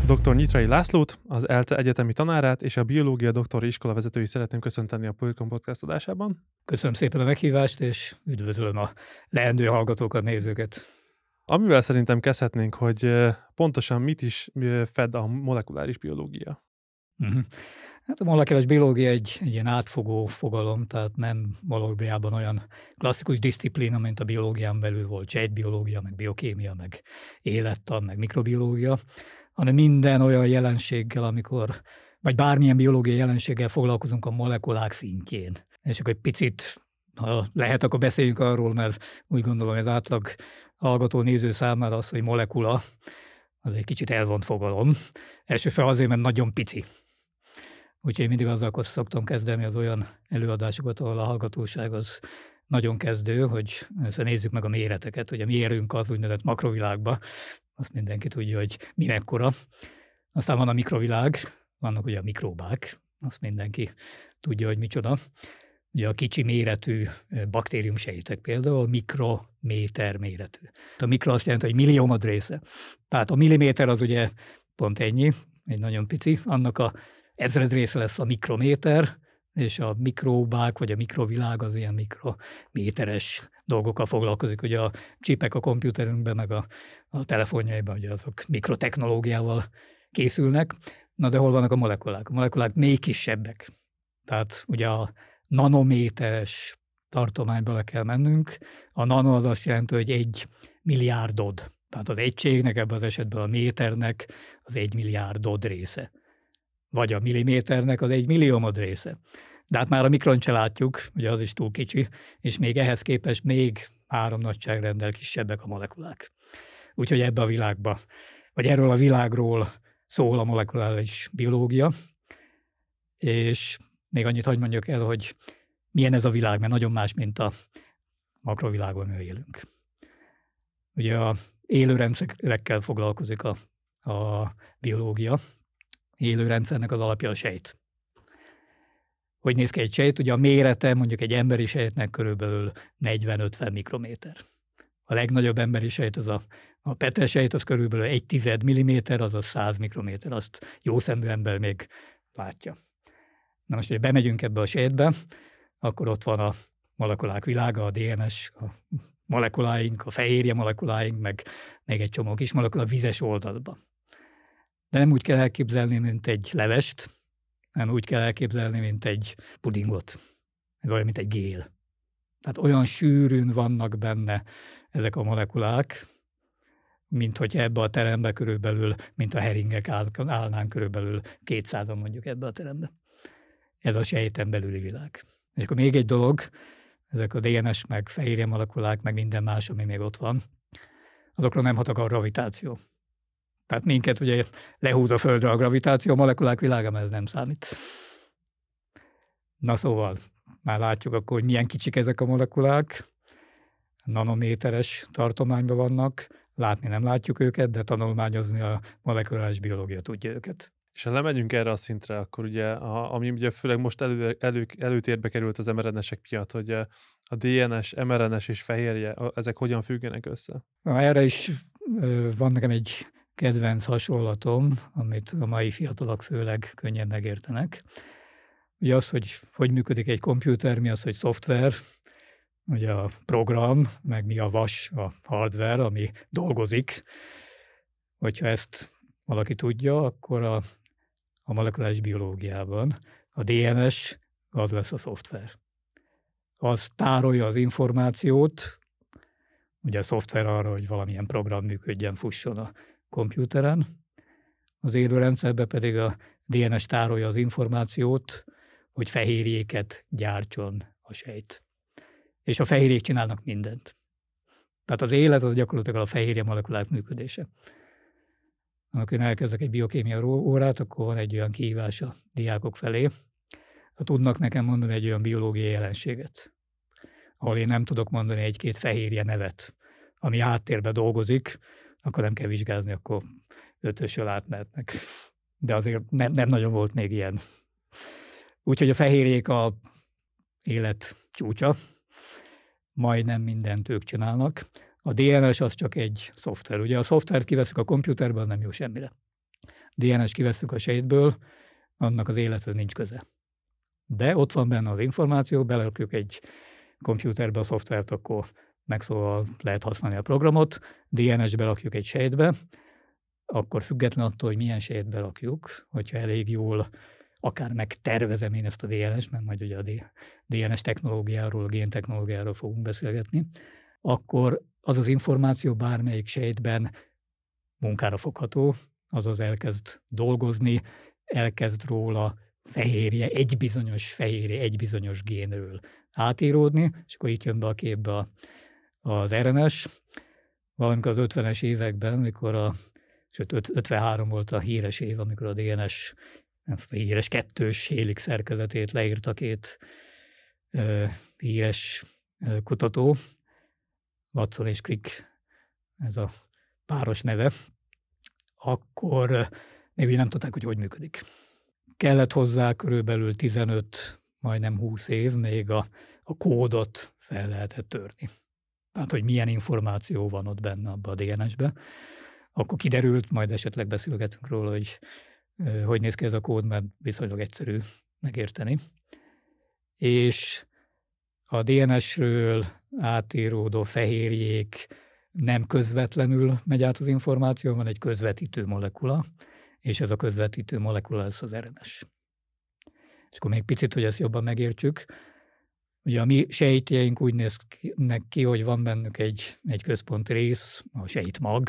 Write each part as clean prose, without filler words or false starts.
Dr. Nyitrai Lászlót, az ELTE egyetemi tanárát és a biológia doktori iskola vezetői szeretném köszönteni a Polygon Podcast adásában. Köszönöm szépen a meghívást, és üdvözlöm a leendő hallgatókat, nézőket. Amivel szerintem kezdhetnénk, hogy pontosan mit is fed a molekuláris biológia. Hát a molekuláris biológia egy ilyen átfogó fogalom, tehát nem valójában olyan klasszikus diszciplína, mint a biológián belül volt sejtbiológia, meg biokémia, meg élettan, meg mikrobiológia, hanem minden olyan jelenséggel, vagy bármilyen biológiai jelenséggel foglalkozunk a molekulák szintjén. És akkor egy picit, ha lehet, akkor beszéljünk arról, mert úgy gondolom, hogy az átlag hallgató néző számára az, hogy molekula, az egy kicsit elvont fogalom. Elsősorban azért, mert nagyon pici. Úgyhogy mindig azzal szoktam kezdeni az olyan előadásokat, ahol a hallgatóság az nagyon kezdő, hogy nézzük meg a méreteket, hogy a mi érünk az úgynevezett makrovilágba, azt mindenki tudja, hogy mi mekkora. Aztán van a mikrovilág, vannak ugye a mikróbák, azt mindenki tudja, hogy micsoda. Ugye a kicsi méretű baktériumsejtek például mikrométer méretű. A mikro azt jelenti, hogy milliómod része. Tehát a milliméter az ugye pont ennyi, egy nagyon pici, annak a ezred része lesz a mikrométer, és a mikróbák vagy a mikrovilág az ilyen mikrométeres dolgokkal foglalkozik. Ugye a csipek a komputerünkben, meg a telefonjaiban, ugye azok mikrotechnológiával készülnek. Na de hol vannak a molekulák? A molekulák még kisebbek. Tehát ugye a nanométeres tartományba le kell mennünk. A nano az azt jelenti, hogy 1 milliárdod. Tehát az egységnek, ebben az esetben a méternek az 1 milliárdod része. Vagy a milliméternek az 1 milliómod része. De hát már a mikront se látjuk, ugye az is túl kicsi, és még ehhez képest még 3 nagyságrenddel kisebbek a molekulák. Úgyhogy ebbe a világba, vagy erről a világról szól a molekuláris biológia, és még annyit hadd mondjak el, hogy milyen ez a világ, mert nagyon más, mint a makrovilágon mi élünk. Ugye a élőrendszerekkel foglalkozik a biológia. Élőrendszernek az alapja a sejt. Hogy néz ki egy sejt? Ugye a mérete mondjuk egy emberi sejtnek körülbelül 40-50 mikrométer. A legnagyobb emberi sejt, az a petesejt, az körülbelül 1/10 milliméter, azaz 100 mikrométer. Azt jó szemű ember még látja. Na most, hogy bemegyünk ebbe a sejtbe, akkor ott van a molekulák világa, a DNS, a molekuláink, a fehérje molekuláink, meg még egy csomó kis molekula vizes oldalba. De nem úgy kell elképzelni, mint egy levest, hanem úgy kell elképzelni, mint egy pudingot. Ez olyan, mint egy gél. Tehát olyan sűrűn vannak benne ezek a molekulák, mint hogy ebbe a terembe körülbelül, mint a heringek állnánk körülbelül 200-an mondjuk ebbe a terembe. Ez a sejten belüli világ. És akkor még egy dolog, ezek a DNS, meg fehérje molekulák, meg minden más, ami még ott van, azokra nem hat a gravitáció. Tehát minket ugye lehúz a Földre a gravitáció, a molekulák világában ez nem számít. Na szóval, már látjuk akkor, hogy milyen kicsik ezek a molekulák, nanométeres tartományban vannak, látni nem látjuk őket, de tanulmányozni a molekuláris biológia tudja őket. És ha lemegyünk erre a szintre, akkor ugye, ami ugye főleg most előtérbe került az mRNS-ek miatt, hogy a DNS, mRNS és fehérje, ezek hogyan függenek össze? Erre is van nekem egy kedvenc hasonlatom, amit a mai fiatalok főleg könnyen megértenek. Ugye az, hogy működik egy komputer, mi az, hogy szoftver, ugye a program, meg mi a vas, a hardware, ami dolgozik. Hogyha ezt valaki tudja, akkor a molekuláris biológiában a DNS az lesz a szoftver. Az tárolja az információt, ugye a szoftver arra, hogy valamilyen program működjen, fusson a komputeren. Az élőrendszerben pedig a DNS tárolja az információt, hogy fehérjéket gyártson a sejt. És a fehérjék csinálnak mindent. Tehát az élet az gyakorlatilag a fehérje molekulák működése. Amikor én elkezdek egy biokémia órát, akkor van egy olyan kihívás a diákok felé, ha tudnak nekem mondani egy olyan biológiai jelenséget, ahol én nem tudok mondani egy-két fehérje nevet, ami háttérben dolgozik, akkor nem kell vizsgázni, akkor 5-ösről átmehetnek. De azért nem nagyon volt még ilyen. Úgyhogy a fehérjék a élet csúcsa, majdnem mindent ők csinálnak. A DNS az csak egy szoftver. Ugye a szoftvert kiveszünk a komputerben, nem jó semmire. DNS kivesszük a sejtből, annak az élethez nincs köze. De ott van benne az információ, belerakjuk egy kompjúterbe a szoftvert, akkor megszólal, lehet használni a programot, DNS-be rakjuk egy sejtbe, akkor független attól, hogy milyen sejtbe rakjuk, hogyha elég jól akár megtervezem én ezt a DNS-t, mert majd ugye a DNS technológiáról, a géntechnológiáról fogunk beszélgetni, akkor az az információ bármelyik sejtben munkára fogható, azaz elkezd dolgozni, elkezd róla egy bizonyos fehérje, egy bizonyos génről átíródni, és akkor itt jön be a képbe az RNS. Valamikor az 50-es években, sőt 53 volt a híres év, amikor a DNS, ezt a híres kettős hélix szerkezetét leírta két híres kutató, Watson és Crick, ez a páros neve, akkor még ugye nem tudták, hogy működik. Kellett hozzá körülbelül 15, majdnem 20 év, még a kódot fel lehetett törni. Tehát, hogy milyen információ van ott benne abban a DNS-be. Akkor kiderült, majd esetleg beszélgetünk róla, hogy néz ki ez a kód, mert viszonylag egyszerű megérteni. És a DNS-ről átíródó fehérjék nem közvetlenül megy át az információ, van egy közvetítő molekula, és ez a közvetítő molekula lesz az RNS. És akkor még picit, hogy ezt jobban megértsük, ugye a mi sejtjeink úgy néznek ki, hogy van bennük egy központi rész, a sejtmag,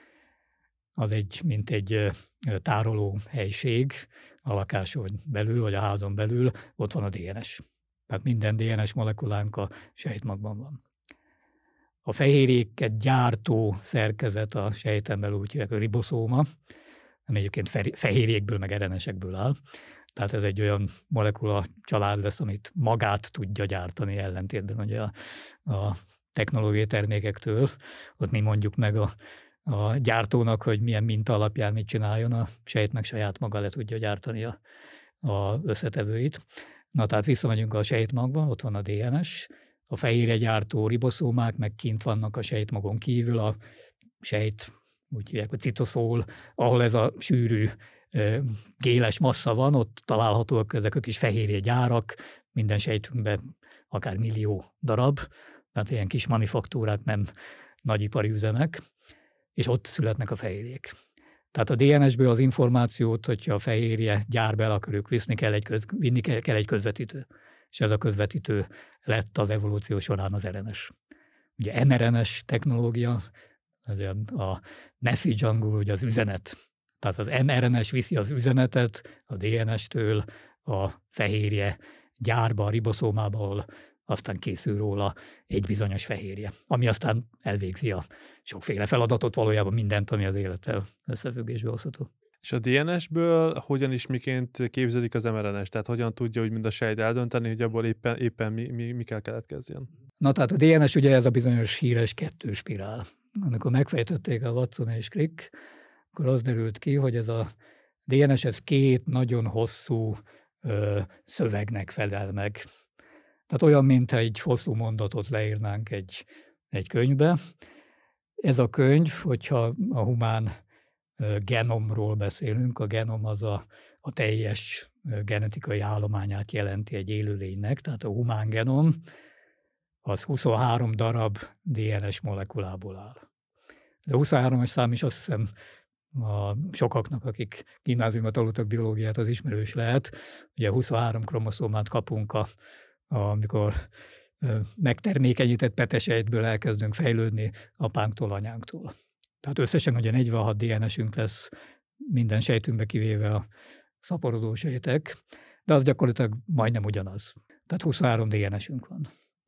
az mint egy tároló helység a lakáson belül, vagy a házon belül, ott van a DNS. Tehát minden DNS molekulánk a sejtmagban van. A fehérjéket gyártó szerkezet a sejten belül úgy hívják, a riboszóma, ami egyébként fehérjékből meg RNS-ekből áll. Tehát ez egy olyan molekula család lesz, amit magát tudja gyártani, ellentétben ugye a technológiai termékektől. Ott mi mondjuk meg a gyártónak, hogy milyen minta alapján mit csináljon, a sejt meg saját maga le tudja gyártani a összetevőit. Na, tehát visszamegyünk a sejtmagba, ott van a DNS, a fehérjegyártó riboszómák meg kint vannak a sejtmagon kívül, a sejt, úgy hívják, hogy citoszól, ahol ez a sűrű géles massza van, ott találhatóak ezek a kis fehérjegyárak, minden sejtünkben akár millió darab, tehát ilyen kis manufaktúrák, nem nagyipari üzemek, és ott születnek a fehérjék. Tehát a DNS-ből az információt, hogyha a fehérje gyárba el akarjuk vinni kell egy közvetítő. És ez a közvetítő lett az evolúció során az RNS. Ugye mRNS technológia, a message angol, ugye az üzenet. Tehát az mRNS viszi az üzenetet a DNS-től a fehérje gyárba, a riboszómába, ahol aztán készül róla egy bizonyos fehérje, ami aztán elvégzi a sokféle feladatot, valójában mindent, ami az élettel összefüggésbe hozható. És a DNS-ből hogyan is miként képződik az mRNS? Tehát hogyan tudja úgy mind a sejt eldönteni, hogy abból éppen mi kell keletkezzen? Na tehát a DNS ugye ez a bizonyos híres kettős spirál. Amikor megfejtették a Watson és Crick, akkor az derült ki, hogy ez a DNS ez két nagyon hosszú szövegnek felel meg. Tehát olyan, mintha egy hosszú mondatot leírnánk egy könyvbe. Ez a könyv, hogyha a humán genomról beszélünk, a genom az a teljes genetikai állományát jelenti egy élőlénynek, tehát a humán genom az 23 darab DNS molekulából áll. Ez a 23-as szám is azt hiszem sokaknak, akik gimnáziumban tanultak biológiát, az ismerős lehet. Ugye 23 kromoszómát kapunk, amikor megtermékenyített petesejtből elkezdünk fejlődni apánktól, anyánktól. Tehát összesen ugye 46 DNS-ünk lesz minden sejtünkbe, kivéve a szaporodó sejtek, de az gyakorlatilag majdnem ugyanaz. Tehát 23 DNS-ünk van.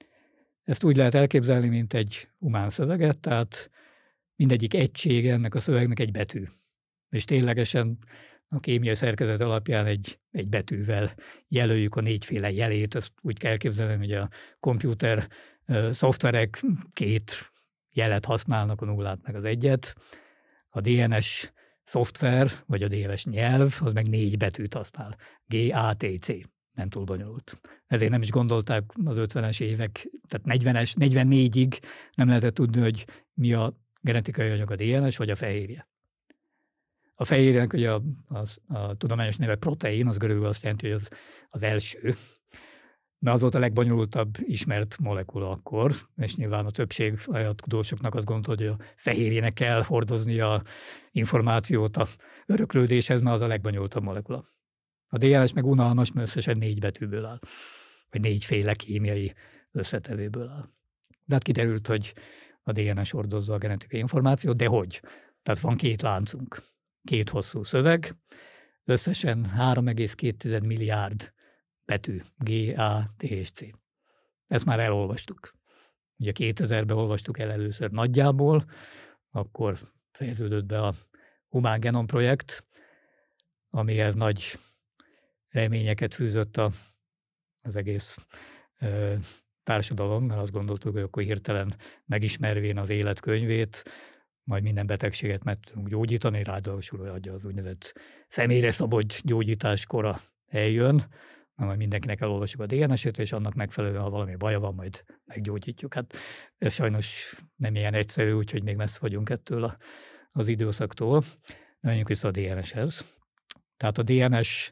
Ezt úgy lehet elképzelni, mint egy humán szöveget, tehát mindegyik egysége ennek a szövegnek egy betű. És ténylegesen a kémiai szerkezet alapján egy betűvel jelöljük a négyféle jelét. Ezt úgy kell elképzelni, hogy a komputer szoftverek két jelet használnak, a nullát meg az egyet. A DNS szoftver, vagy a DNS nyelv, az meg 4 betűt használ. G-A-T-C. Nem túl bonyolult. Ezért nem is gondolták az 50-es évek, tehát 44-ig nem lehetett tudni, hogy mi a genetikai anyag, a DNS vagy a fehérje. A fehérjének ugye a tudományos neve protein, az görögül azt jelenti, hogy az első, mert az volt a legbonyolultabb ismert molekula akkor, és nyilván a többség a tudósoknak azt gondolta, hogy a fehérjének kell hordozni a információt a öröklődéshez, mert az a legbonyolultabb molekula. A DNS meg unalmas, mert összesen 4 betűből áll, vagy 4 féle kémiai összetevőből áll. De hát kiderült, hogy a DNS hordozza a genetikai információt, de hogy? Tehát van 2 láncunk, 2 hosszú szöveg, összesen 3,2 milliárd betű, G, A, T és C. Ezt már elolvastuk. Ugye 2000-ben olvastuk el először nagyjából, akkor fejeződött be a Humán Genom Projekt, amihez nagy reményeket fűzött az egész társadalom, mert azt gondoltuk, hogy akkor hirtelen megismervén az életkönyvét, majd minden betegséget meg tudunk gyógyítani, ráadásul hogy az úgynevezett személyre szabott gyógyítás kora eljön, majd mindenkinek elolvassuk a DNS-et, és annak megfelelően, ha valami baja van, majd meggyógyítjuk. Hát ez sajnos nem ilyen egyszerű, úgyhogy még messze vagyunk ettől az időszaktól. De menjünk vissza a DNS-hez. Tehát a DNS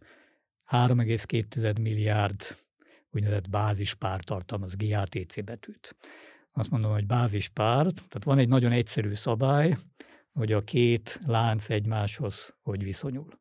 3,2 milliárd úgynevezett bázispár tartalmaz GATC betűt. Azt mondom, hogy bázispár, tehát van egy nagyon egyszerű szabály, hogy a 2 lánc egymáshoz hogy viszonyul.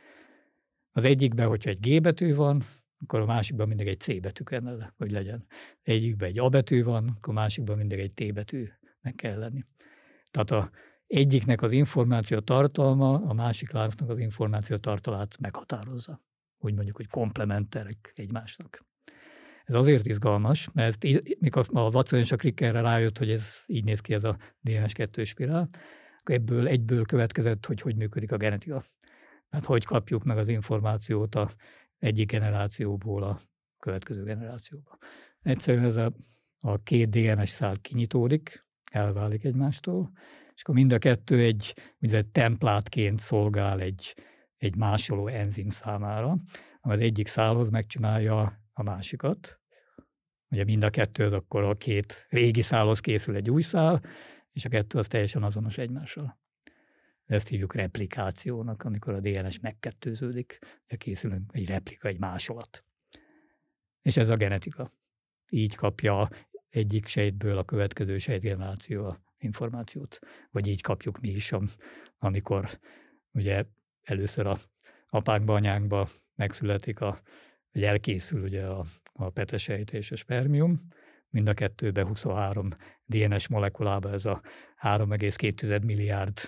Az egyikben, hogyha egy G betű van, akkor a másikban mindig egy C betű kellene, hogy legyen. Egyikben egy A betű van, akkor a másikban mindig egy T betűnek kell lenni. Tehát az egyiknek az információ tartalma a másik láncnak az információ tartalmát meghatározza. Úgy mondjuk, hogy komplementerek egymásnak. Ez azért izgalmas, mert mikor a Watson és a Crick-erre rájött, hogy ez így néz ki ez a DNS2 spirál, akkor ebből egyből következett, hogy működik a genetika. Hát hogy kapjuk meg az információt az egyik generációból a következő generációba. Egyszerűen ez a 2 DNS szál kinyitódik, elválik egymástól, és akkor mind a kettő egy úgynevezett templátként szolgál egy másoló enzim számára, ami az egyik szálhoz megcsinálja a másikat. Ugye mind a kettő az akkor a 2 régi szálhoz készül egy új szál, és a kettő az teljesen azonos egymással. Ezt hívjuk replikációnak, amikor a DNS megkettőződik, készül egy replika, egy másolat. És ez a genetika. Így kapja egyik sejtből a következő sejtgeneráció a információt. Vagy így kapjuk mi is, amikor ugye először a apánkba, anyánkba megszületik, vagy elkészül ugye a petesejt és a spermium. Mind a kettőbe 23 DNS molekulába ez a 3,2 milliárd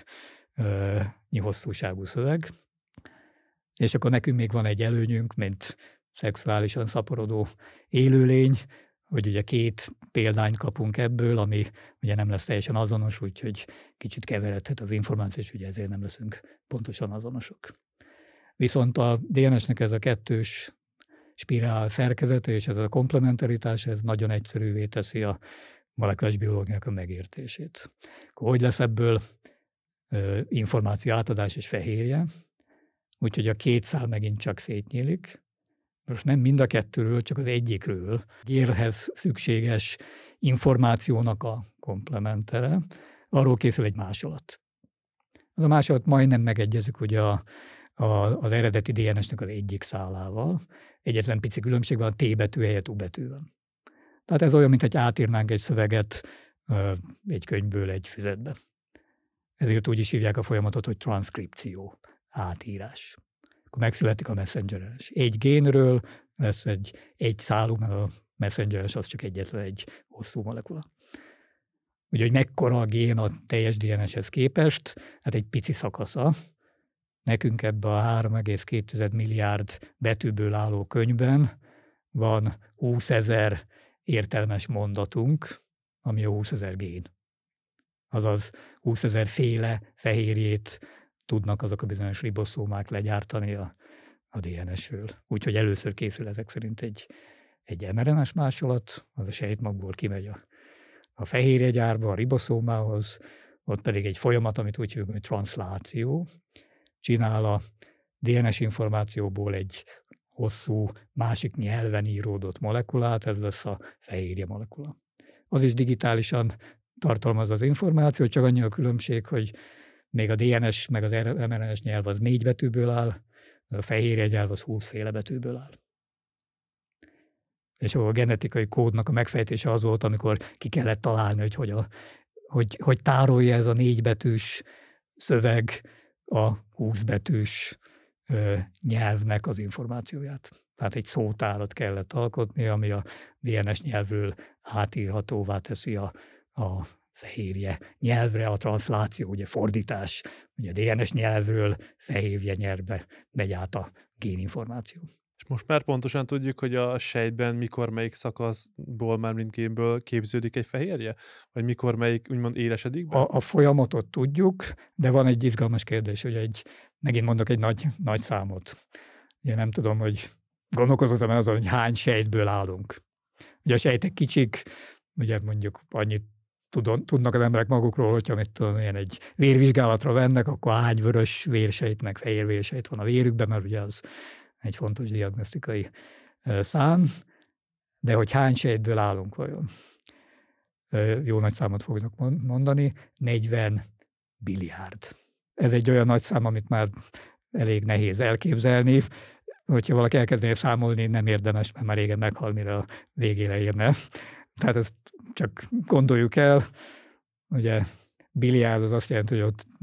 hosszúságú szöveg. És akkor nekünk még van egy előnyünk, mint szexuálisan szaporodó élőlény, hogy ugye 2 példányt kapunk ebből, ami ugye nem lesz teljesen azonos, úgyhogy kicsit keveredhet az információ, és ugye ezért nem leszünk pontosan azonosok. Viszont a DNS-nek ez a 2 spirál szerkezete, és ez a komplementaritás, ez nagyon egyszerűvé teszi a molekuláris biológiának a megértését. Akkor hogy lesz ebből információ átadás és fehérje, úgyhogy a 2 szál megint csak szétnyílik. Most nem mind a kettőről, csak az egyikről. Gérhez szükséges információnak a komplementere, arról készül egy másolat. Az a másolat majdnem megegyezik ugye az eredeti DNS-nek az egyik szálával. Egyetlen pici különbség van, T betű helyett U betű van. Tehát ez olyan, mint átírnánk egy szöveget egy könyvből egy füzetbe. Ezért úgy is hívják a folyamatot, hogy transzkripció, átírás. Akkor megszületik a messengeres. Egy génről lesz egy szálú, mert a messengeres az csak egyetlen egy hosszú molekula. Ugye, hogy mekkora a gén a teljes DNS-hez képest, hát egy pici szakasza. Nekünk ebben a 3,2 milliárd betűből álló könyvben van 20 000 értelmes mondatunk, ami a 20 000 gén. Azaz 20 000 féle fehérjét tudnak azok a bizonyos riboszómák legyártani a DNS-ről. Úgyhogy először készül ezek szerint egy mRNA-s másolat, az a sejtmagból kimegy a fehérjegyárba, a riboszómához, ott pedig egy folyamat, amit úgy hívjuk, hogy transzláció, csinál a DNS információból egy hosszú, másik nyelven íródott molekulát, ez lesz a fehérje molekula. Az is digitálisan tartalmaz az információt, csak annyi a különbség, hogy még a DNS meg az mRNA-s nyelv az 4 betűből áll, a fehérje nyelv az 20 féle betűből áll. És a genetikai kódnak a megfejtése az volt, amikor ki kellett találni, hogy tárolja ez a 4 betűs szöveg a 20 betűs nyelvnek az információját. Tehát egy szótárat kellett alkotni, ami a DNS nyelvről átírhatóvá teszi a fehérje nyelvre, a transzláció, ugye fordítás, ugye DNS nyelvről fehérje nyelvbe megy át a géninformáció. És most már pontosan tudjuk, hogy a sejtben mikor melyik szakaszból, már mint génből képződik egy fehérje? Vagy mikor melyik úgymond élesedik be? A folyamatot tudjuk, de van egy izgalmas kérdés, hogy megint mondok egy nagy számot. Ugye nem tudom, hogy gondolkozottam azon, hogy hány sejtből állunk. Ugye a sejtek kicsik, ugye mondjuk annyit tudnak az emberek magukról, hogyha mit tudom én, egy vérvizsgálatra vennek, akkor hány vörös vérsejt, meg fehér vérsejt van a vérükben, mert ugye az egy fontos diagnosztikai szám, de hogy hány sejtből állunk vajon? Jó nagy számot fognak mondani, 40 billiárd. Ez egy olyan nagy szám, amit már elég nehéz elképzelni. Hogyha valaki elkezdené számolni, nem érdemes, mert már régen meghal, mire a végére érne. Tehát ezt csak gondoljuk el, ugye billiárd az azt jelenti, hogy ott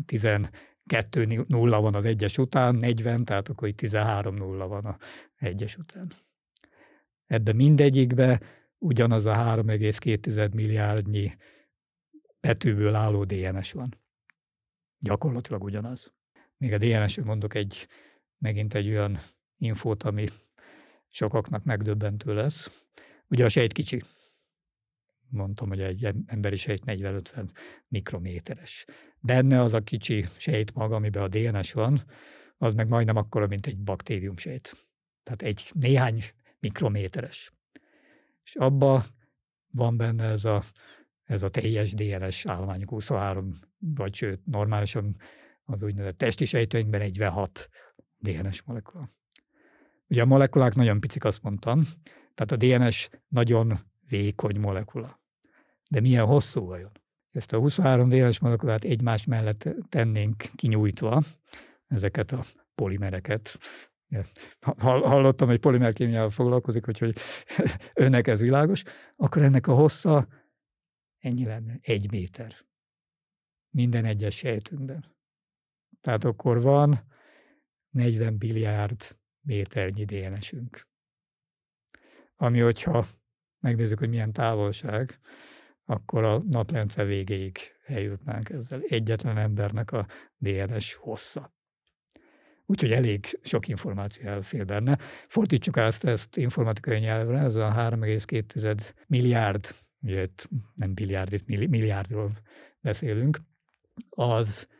12 nulla van az egyes után, 40, tehát akkor itt 13 nulla van az egyes után. Ebben mindegyikbe ugyanaz a 3,2 milliárdnyi betűből álló DNS van. Gyakorlatilag ugyanaz. Még a DNS-ről mondok megint egy olyan infót, ami sokaknak megdöbbentő lesz. Ugye a sejt kicsi. Mondtam, hogy egy emberi sejt 40-50 mikrométeres. Benne az a kicsi sejt maga, amiben a DNS van, az meg majdnem akkora, mint egy baktériumsejt. Tehát néhány mikrométeres. És abban van benne ez a teljes DNS állományok 23, vagy sőt, normálisan az úgynevezett testi sejteinkben 46 DNS molekula. Ugye a molekulák nagyon picik, azt mondtam, tehát a DNS nagyon vékony molekula. De milyen hosszú vajon? Ezt a 23 DNS molekulát egymás mellett tennénk kinyújtva, ezeket a polimereket. Hallottam, hogy polimerkémiával foglalkozik, hogy önnek ez világos, akkor ennek a hossza ennyi lenne, 1 méter. Minden egyes sejtünkben. Tehát akkor van 40 billiárd méternyi DNS-ünk. Ami, hogyha megnézzük, hogy milyen távolság, akkor a naprendszer végéig eljutnánk ezzel. Egyetlen embernek a DNS hossza. Úgyhogy elég sok információ elfér benne. Fordítsuk ezt informatikai nyelvre, ez a 3,2 milliárd, ugye itt nem billiárd, itt milliárdról beszélünk, az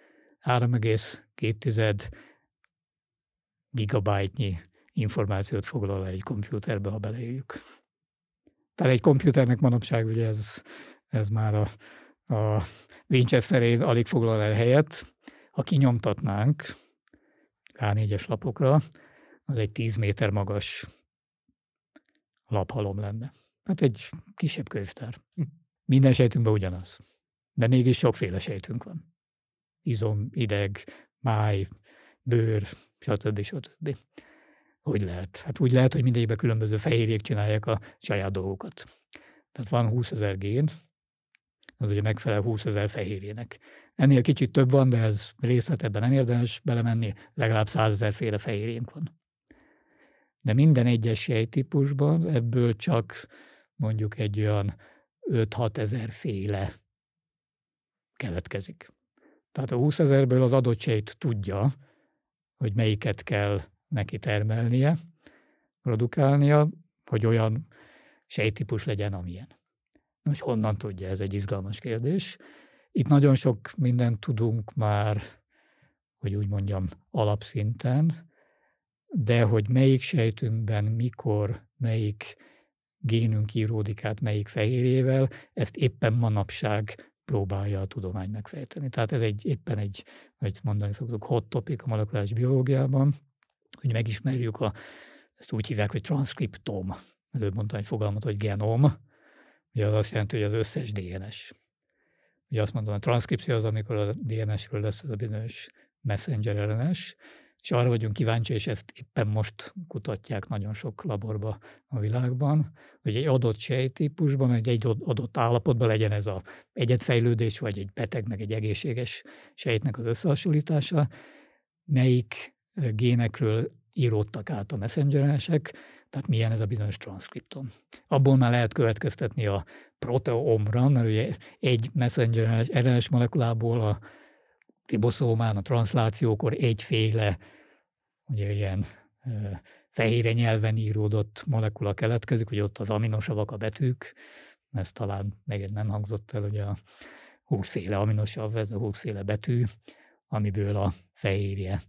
3,2 gigabájtnyi információt foglal egy kompjúterbe, ha beleírjuk. Tehát egy kompjúternek manapság ugye ez már a Winchesterén alig foglal el helyet. Ha kinyomtatnánk A4-es lapokra, az egy 10 méter magas laphalom lenne. Hát egy kisebb könyvtár. Minden sejtünkben ugyanaz. De mégis sokféle sejtünk van. Izom, ideg, máj, bőr, stb. Hogy lehet? Hát úgy lehet, hogy mindegyikben különböző fehérjék csinálják a saját dolgokat. Tehát van 20 000 gén, az ugye megfelel 20 000 fehérjének. Ennél kicsit több van, de ez részletebben nem érdemes belemenni, legalább 100 000 féle fehérjénk van. De minden egyes sejttípusban ebből csak mondjuk egy olyan 5-6 000 féle keletkezik. Tehát a 20 000-ből az adott sejt tudja, hogy melyiket kell neki termelnie, produkálnia, hogy olyan sejttípus legyen, amilyen. Hogy honnan tudja, ez egy izgalmas kérdés. Itt nagyon sok mindent tudunk már, hogy úgy mondjam, alapszinten, de hogy melyik sejtünkben, mikor, melyik génünk íródik át melyik fehérjével, ezt éppen manapság próbálja a tudomány megfejteni. Tehát ez éppen egy, hogy mondani szoktuk, hot topic a molekuláris biológiában, hogy megismerjük ezt úgy hívják, hogy transzkriptom. Előbb mondtam egy fogalmat, hogy genom. Ugye az azt jelenti, hogy az összes DNS. Ugye azt mondom, a transzkripció az, amikor a DNS-ről lesz ez a bizonyos messenger RNS, és arra vagyunk kíváncsi, és ezt éppen most kutatják nagyon sok laborba a világban, hogy egy adott sejttípusban, egy adott állapotban legyen ez az egyedfejlődés, vagy egy beteg, meg egy egészséges sejtnek az összehasonlítása, melyik génekről íródtak át a messengeresek, tehát milyen ez a bizonyos transzkriptom. Abból már lehet következtetni a proteomra, mert ugye egy messengeres RNS molekulából a riboszómán, a transzlációkor egyféle, ugye ilyen fehérje nyelven íródott molekula keletkezik, hogy ott az aminosavak, a betűk, ez talán még nem hangzott el, ugye a 20 féle aminosav, ez a 20 féle betű, amiből a fehérje,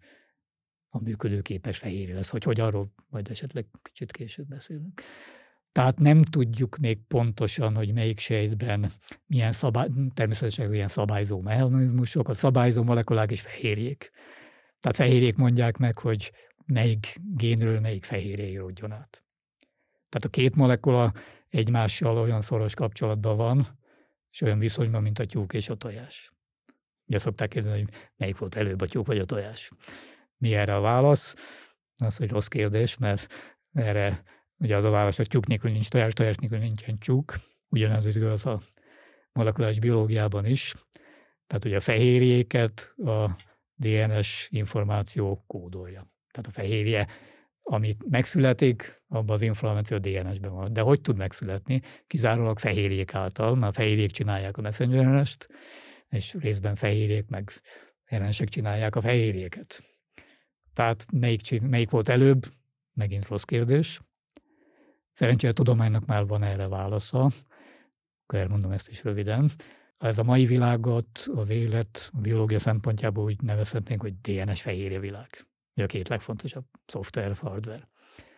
a működőképes fehérje lesz, hogy arról majd esetleg kicsit később beszélünk. Tehát nem tudjuk még pontosan, hogy melyik sejtben milyen természetesen ilyen szabályzó mechanizmusok, a szabályzó molekulák és fehérjék. Tehát fehérjék mondják meg, hogy melyik génről melyik fehérje íródjon át. Tehát a két molekula egymással olyan szoros kapcsolatban van, és olyan viszonyban, mint a tyúk és a tojás. Ugye szokták kérdezni, hogy melyik volt előbb, a tyúk vagy a tojás. Mi erre a válasz? Az, hogy rossz kérdés, mert erre ugye az a válasz, hogy tyúk nélkül nincs tojás, tojás nélkül nincsen tyúk. Ugyanez az igaz a molekuláris biológiában is. Tehát ugye a fehérjéket a DNS információ kódolja. Tehát a fehérje, amit megszületik, abban az információ a DNS-ben van. De hogy tud megszületni? Kizárólag fehérjék által, mert fehérjék csinálják a messenger RNS-t, és részben fehérjék meg RNS-ek csinálják a fehérjéket. Tehát melyik volt előbb? Megint rossz kérdés. Szerencsére a tudománynak már van erre válasza. Akkor elmondom ezt is röviden. Ez a mai világot, az élet, a biológia szempontjából úgy nevezhetnénk, hogy DNS fehérje világ. Ugye a két legfontosabb szoftver, hardware.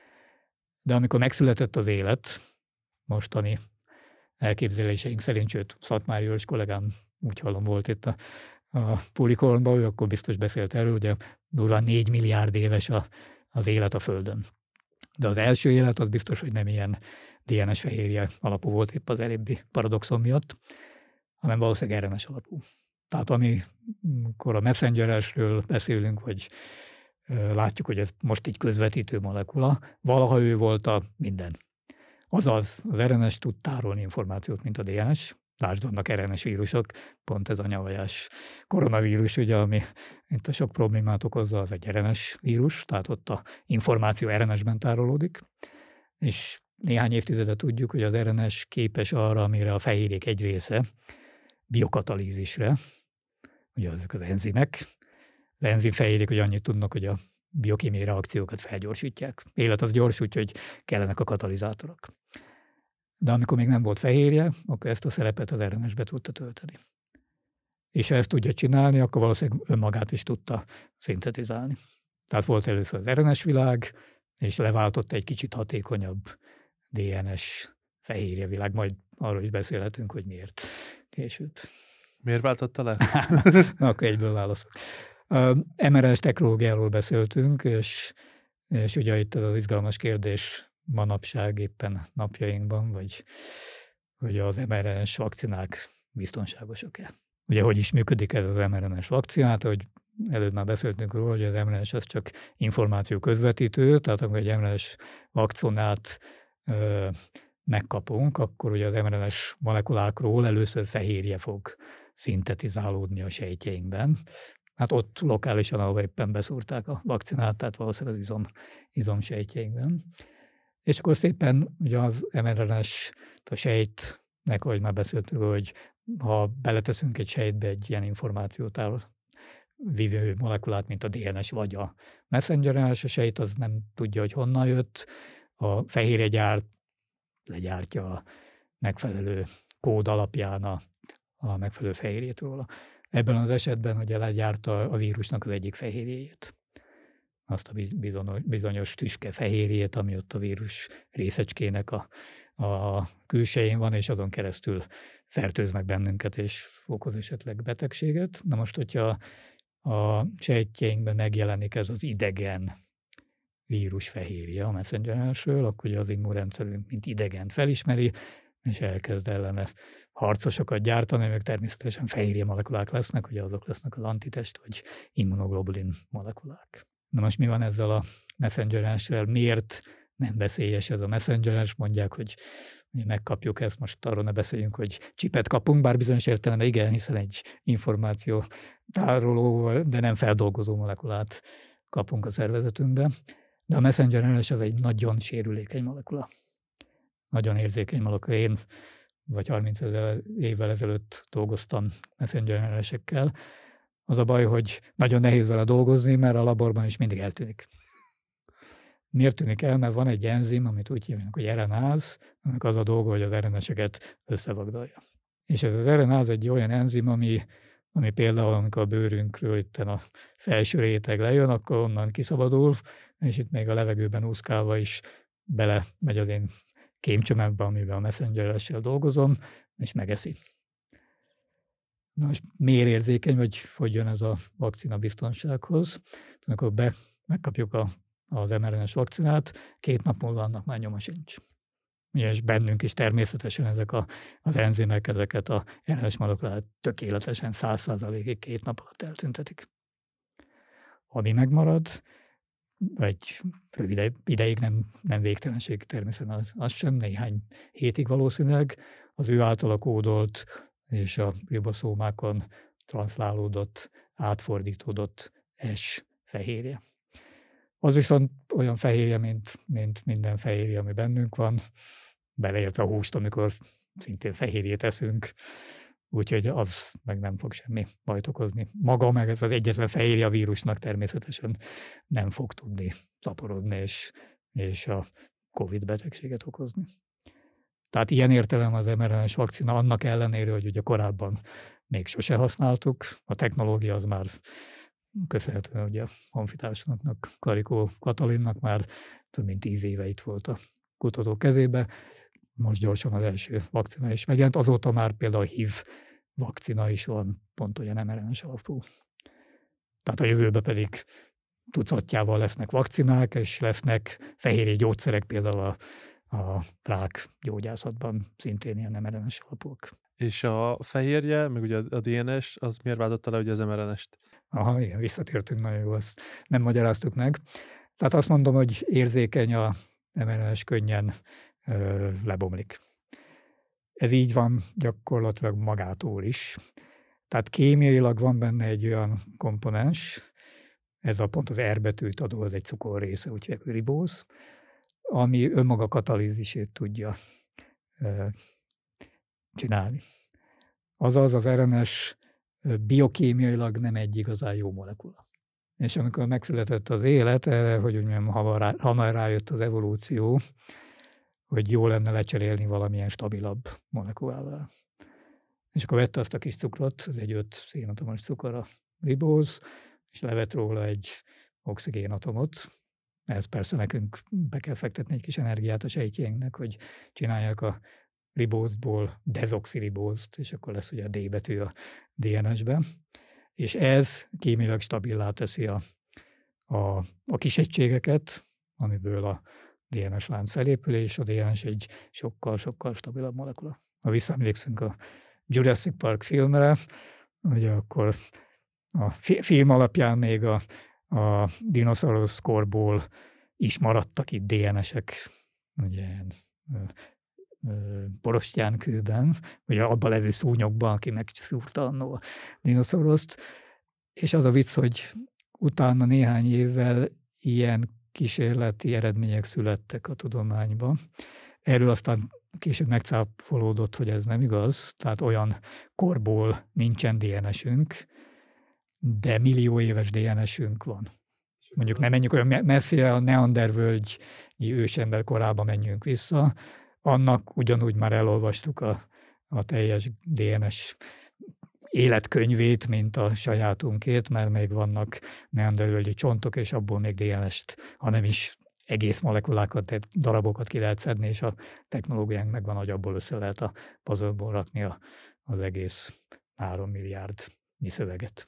De amikor megszületett az élet, mostani elképzeléseink szerint, sőt, Szatmári Őrs kollégám, úgy hallom, volt itt a Pulikornban, ő akkor biztos beszélt erről, ugye durván 4 milliárd éves az élet a Földön. De az első élet az biztos, hogy nem ilyen DNS fehérje alapú volt épp az előbbi paradoxon miatt, hanem valószínűleg RNS alapú. Tehát amikor a messengeresről beszélünk, hogy látjuk, hogy ez most egy közvetítő molekula, valaha ő volt a minden. Azaz, az RNS tud tárolni információt, mint a DNS. Lásd, vannak RNS vírusok, pont ez a nyavajás koronavírus, ugye, ami itt a sok problémát okozza, az egy RNS vírus, tehát ott a információ RNS-ben tárolódik, és néhány évtizede tudjuk, hogy az RNS képes arra, amire a fehérjék egy része, biokatalízisre, ugye ezek az enzimek. Az enzimfehérjék, hogy annyit tudnak, hogy a biokémiai reakciókat felgyorsítják. Élet az gyors, úgyhogy kellenek a katalizátorok. De amikor még nem volt fehérje, akkor ezt a szerepet az RNS-be tudta tölteni. És ha ezt tudja csinálni, akkor valószínűleg önmagát is tudta szintetizálni. Tehát volt először az RNS világ, és leváltott egy kicsit hatékonyabb DNS fehérje világ. Majd arról is beszélhetünk, hogy miért később. Miért váltotta le? Na, akkor egyből válaszok. MRS technológiáról beszéltünk, és ugye itt az izgalmas kérdés manapság éppen napjainkban, hogy az mRNA-s vakcinák biztonságosak-e. Ugye hogy is működik ez az mRNA-s vakcinát, hogy előbb már beszéltünk róla, hogy az mRNA-s az csak információ közvetítő, tehát amikor egy mRNA-s vakcinát megkapunk, akkor ugye az mRNA-s molekulákról először fehérje fog szintetizálódni a sejtjeinkben. Hát ott lokálisan, ahol éppen beszúrták a vakcinát, tehát valószínűleg az izomsejtjeinkben. És akkor szépen ugye az mRNA-s a sejtnek, ahogy már beszéltünk, hogy ha beleteszünk egy sejtbe egy ilyen információt vívő molekulát, mint a DNS vagy a messenger RNA-s, a sejt az nem tudja, hogy honnan jött, a fehérjegyár legyártja a megfelelő kód alapján a megfelelő fehérjét róla. Ebben az esetben ugye legyárta a vírusnak az egyik fehérjéjét. Azt a bizonyos tüske fehérjét, ami ott a vírus részecskének a külsején van, és azon keresztül fertőz meg bennünket, és okoz esetleg betegséget. Na most, hogyha a sejtjeinkben megjelenik ez az idegen vírusfehérje a messenger RNA-ről, akkor ugye az immunrendszerünk mint idegent felismeri, és elkezd ellene harcosokat gyártani, meg természetesen fehérje molekulák lesznek, ugye azok lesznek az antitest, vagy immunoglobulin molekulák. Na most mi van ezzel a messenger-rel? Miért nem veszélyes ez a messenger? Mondják, hogy megkapjuk ezt, most arról ne beszéljünk, hogy csipet kapunk, bár bizonyos értelemben igen, hiszen egy információ tároló, de nem feldolgozó molekulát kapunk a szervezetünkbe. De a messenger-RNS az egy nagyon sérülékeny molekula. Nagyon érzékeny molekula. Én vagy 30 000 évvel ezelőtt dolgoztam messenger-RNS-ekkel. Az a baj, hogy nagyon nehéz vele dolgozni, mert a laborban is mindig eltűnik. Miért tűnik el? Mert van egy enzim, amit úgy hívnak, hogy RNase, aminek az a dolga, hogy az RNS-eket összevagdalja. És ez az RNase egy olyan enzim, ami például, amikor a bőrünkről itt a felső réteg lejön, akkor onnan kiszabadul, és itt még a levegőben úszkálva is bele megy az én kémcsömembe, amivel a messenger-rel dolgozom, és megeszi. Na most miért érzékeny, vagy hogy jön ez a vakcina biztonsághoz? Amikor megkapjuk az mRNA-s vakcinát, 2 nap múlva annak már nyoma sincs. És bennünk is természetesen ezek az enzimek, ezeket a RNS molekulát tökéletesen 100%-ig 2 nap alatt eltüntetik. Ami megmarad, egy rövid ideig, nem végtelenség természetesen az sem, néhány hétig valószínűleg, az ő általa kódolt és a riboszómákon transzlálódott, átfordítódott S fehérje. Az viszont olyan fehérje, mint minden fehérje, ami bennünk van, beleértve a húst, amikor szintén fehérjét eszünk, úgyhogy az meg nem fog semmi bajt okozni. Maga meg ez az egyetlen fehérje a vírusnak természetesen nem fog tudni szaporodni és a COVID betegséget okozni. Tehát ilyen értelem az mRNA-s vakcina annak ellenére, hogy ugye korábban még sose használtuk, a technológia az már köszönhetően ugye a honfitársnak, Karikó Katalinnak már több mint 10 éve itt volt a kutatók kezébe. Most gyorsan az első vakcina is megjelent. Azóta már például HIV vakcina is van, pont olyan mRNA-s alapú. Tehát a jövőben pedig tucatjával lesznek vakcinák, és lesznek fehérje gyógyszerek, például a rák gyógyászatban szintén ilyen mRNA-s alapúak. És a fehérje, meg ugye a DNS, az miért váltotta le ugye az mRNA-st? Aha, igen, visszatértünk, nagyon jó, azt nem magyaráztuk meg. Tehát azt mondom, hogy érzékeny a mRNA-s, könnyen lebomlik. Ez így van gyakorlatilag magától is. Tehát kémiailag van benne egy olyan komponens, ez a pont az R betűt adó, az egy cukor része, úgyhogy ribóz, ami önmaga katalízisét tudja csinálni. Azaz az RNS biokémiailag nem egy igazán jó molekula. És amikor megszületett az élet, erre, hogy mondjam, hamar rájött az evolúció, hogy jó lenne lecserélni valamilyen stabilabb molekulával. És akkor vette azt a kis cukrot, ez egy 5 szénatomos cukor a ribóz, és levett róla egy oxigénatomot. Ez persze nekünk be kell fektetni egy kis energiát a sejtjeinknek, hogy csinálják a ribózból dezoxiribózt, és akkor lesz ugye a D betű a DNS-ben. És ez kémiailag stabilá teszi a kis egységeket, amiből a DNS lánc felépül, és a DNS egy sokkal-sokkal stabilabb molekula. Ha visszaemlékszünk a Jurassic Park filmre, ugye akkor a film alapján még a dinoszaurusz korból is maradtak itt DNS-ek, ugye borostyánkőben, ugye abban levő szúnyogban, aki megszúrta annó a dinoszauruszot. És az a vicc, hogy utána néhány évvel ilyen kísérleti eredmények születtek a tudományban. Erről aztán később megcáfolódott, hogy ez nem igaz, tehát olyan korból nincsen DNS-ünk, de millió éves DNS-ünk van. Mondjuk nem menjünk olyan messzire, a neandervölgyi ősember korába menjünk vissza, annak ugyanúgy már elolvastuk a teljes DNS életkönyvét, mint a sajátunkét, mert még vannak neandervölgyi csontok, és abból még DNS-t, hanem is egész molekulákat, tehát darabokat ki lehet szedni, és a technológiánk megvan, hogy abból össze lehet a puzzle-ból rakni az egész 3 milliárd szöveget.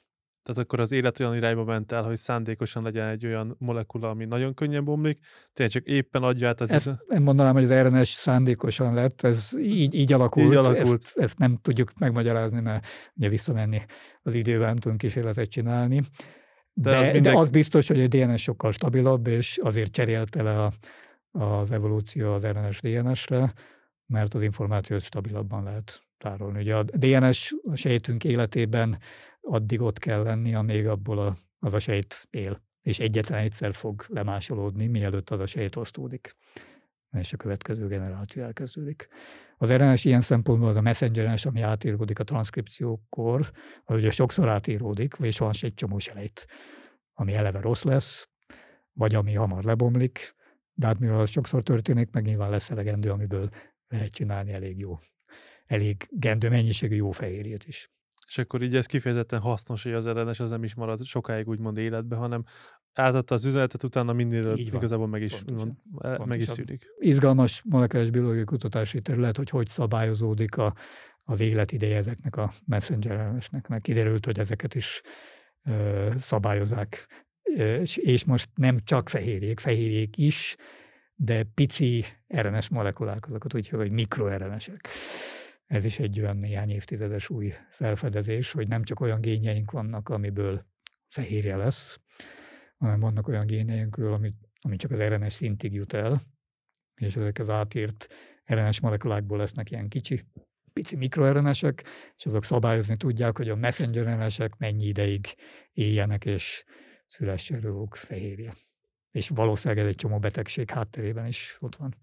Tehát akkor az élet olyan irányba ment el, hogy szándékosan legyen egy olyan molekula, ami nagyon könnyen bomlik, tényleg csak éppen adja át az Ezt nem mondanám, hogy az RNS szándékosan lett, ez így így alakult. alakult. Ezt nem tudjuk megmagyarázni, mert ugye visszamenni az időben nem tudunk kísérletet csinálni. De az biztos, hogy a DNS sokkal stabilabb, és azért cserélte le az evolúció az RNS DNS-re, mert az információt stabilabban lehet tárolni. Ugye a DNS a sejtünk életében addig ott kell lenni, amíg abból az a sejt él, és egyetlen egyszer fog lemásolódni, mielőtt az a sejt osztódik, és a következő generáció elkezdődik. Az RNS ilyen szempontból az a messenger RNS, ami átíródik a transzkripciókor, az ugye sokszor átíródik, és van egy csomó selejt, ami eleve rossz lesz, vagy ami hamar lebomlik, de hát mivel az sokszor történik, meg nyilván lesz elegendő, amiből lehet csinálni elég gendő mennyiségű jó fehérjét is. És akkor így ez kifejezetten hasznos, hogy az RNS az nem is marad sokáig úgymond életbe, hanem átadta az üzenetet, utána minél igazából meg is szűnik. Izgalmas molekuláris biológiai kutatási terület, hogy szabályozódik az életideje ezeknek a messenger RNS-nek, mert kiderült, hogy ezeket is szabályozzák. És most nem csak fehérjék is, de pici RNS molekulák, azokat úgy hívják, hogy mikro-RNS-ek. Ez is egy olyan néhány évtizedes új felfedezés, hogy nem csak olyan génjeink vannak, amiből fehérje lesz, hanem vannak olyan génjeinkről, ami csak az RNS szintig jut el, és ezek az átírt RNS molekulákból lesznek ilyen pici mikro-RNS-ek, és azok szabályozni tudják, hogy a messenger RNS-ek mennyi ideig éljenek, és szülessen róluk fehérje. És valószínűleg ez egy csomó betegség hátterében is ott van.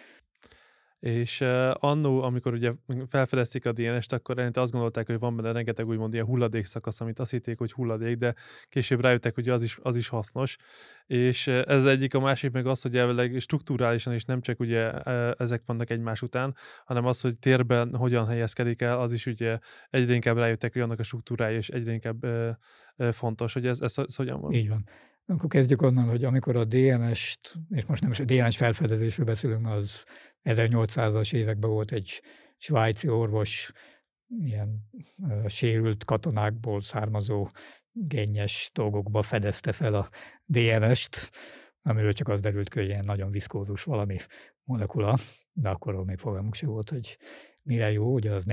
És annó, amikor ugye felfedezték a DNS-t, akkor azt gondolták, hogy van benne rengeteg úgymond ilyen hulladékszakasz, amit azt hitték, hogy hulladék, de később rájöttek, hogy az is hasznos. És ez egyik, a másik meg az, hogy elvileg strukturálisan is nem csak ugye ezek vannak egymás után, hanem az, hogy térben hogyan helyezkedik el, az is ugye egyre inkább rájöttek, hogy annak a struktúrája és egyre inkább fontos, hogy ez hogyan van. Így van. Akkor kezdjük onnan, hogy amikor a DNS-t, és most nem is a DNS felfedezésről beszélünk, az 1800-as években volt egy svájci orvos, ilyen sérült katonákból származó gennyes dolgokba fedezte fel a DNS-t, amiről csak az derült ki, hogy ilyen nagyon viszkózus valami molekula, de akkor még fogalmuk se volt, hogy mire jó, ugye az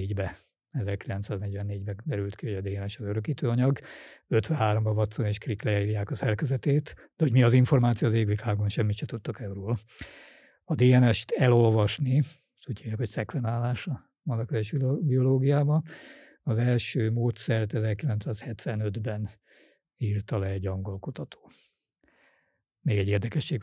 1944-ben derült ki, hogy a DNS az örökítőanyag, 53-ban Watson és Crick leírják a szerkezetét, de hogy mi az információ az égvilágon, semmit se tudtak erről. A DNS-t elolvasni, úgy hívják, hogy szekvenálás a molekuláris biológiában, az első módszert 1975-ben írta le egy angol kutató. Még egy érdekesség,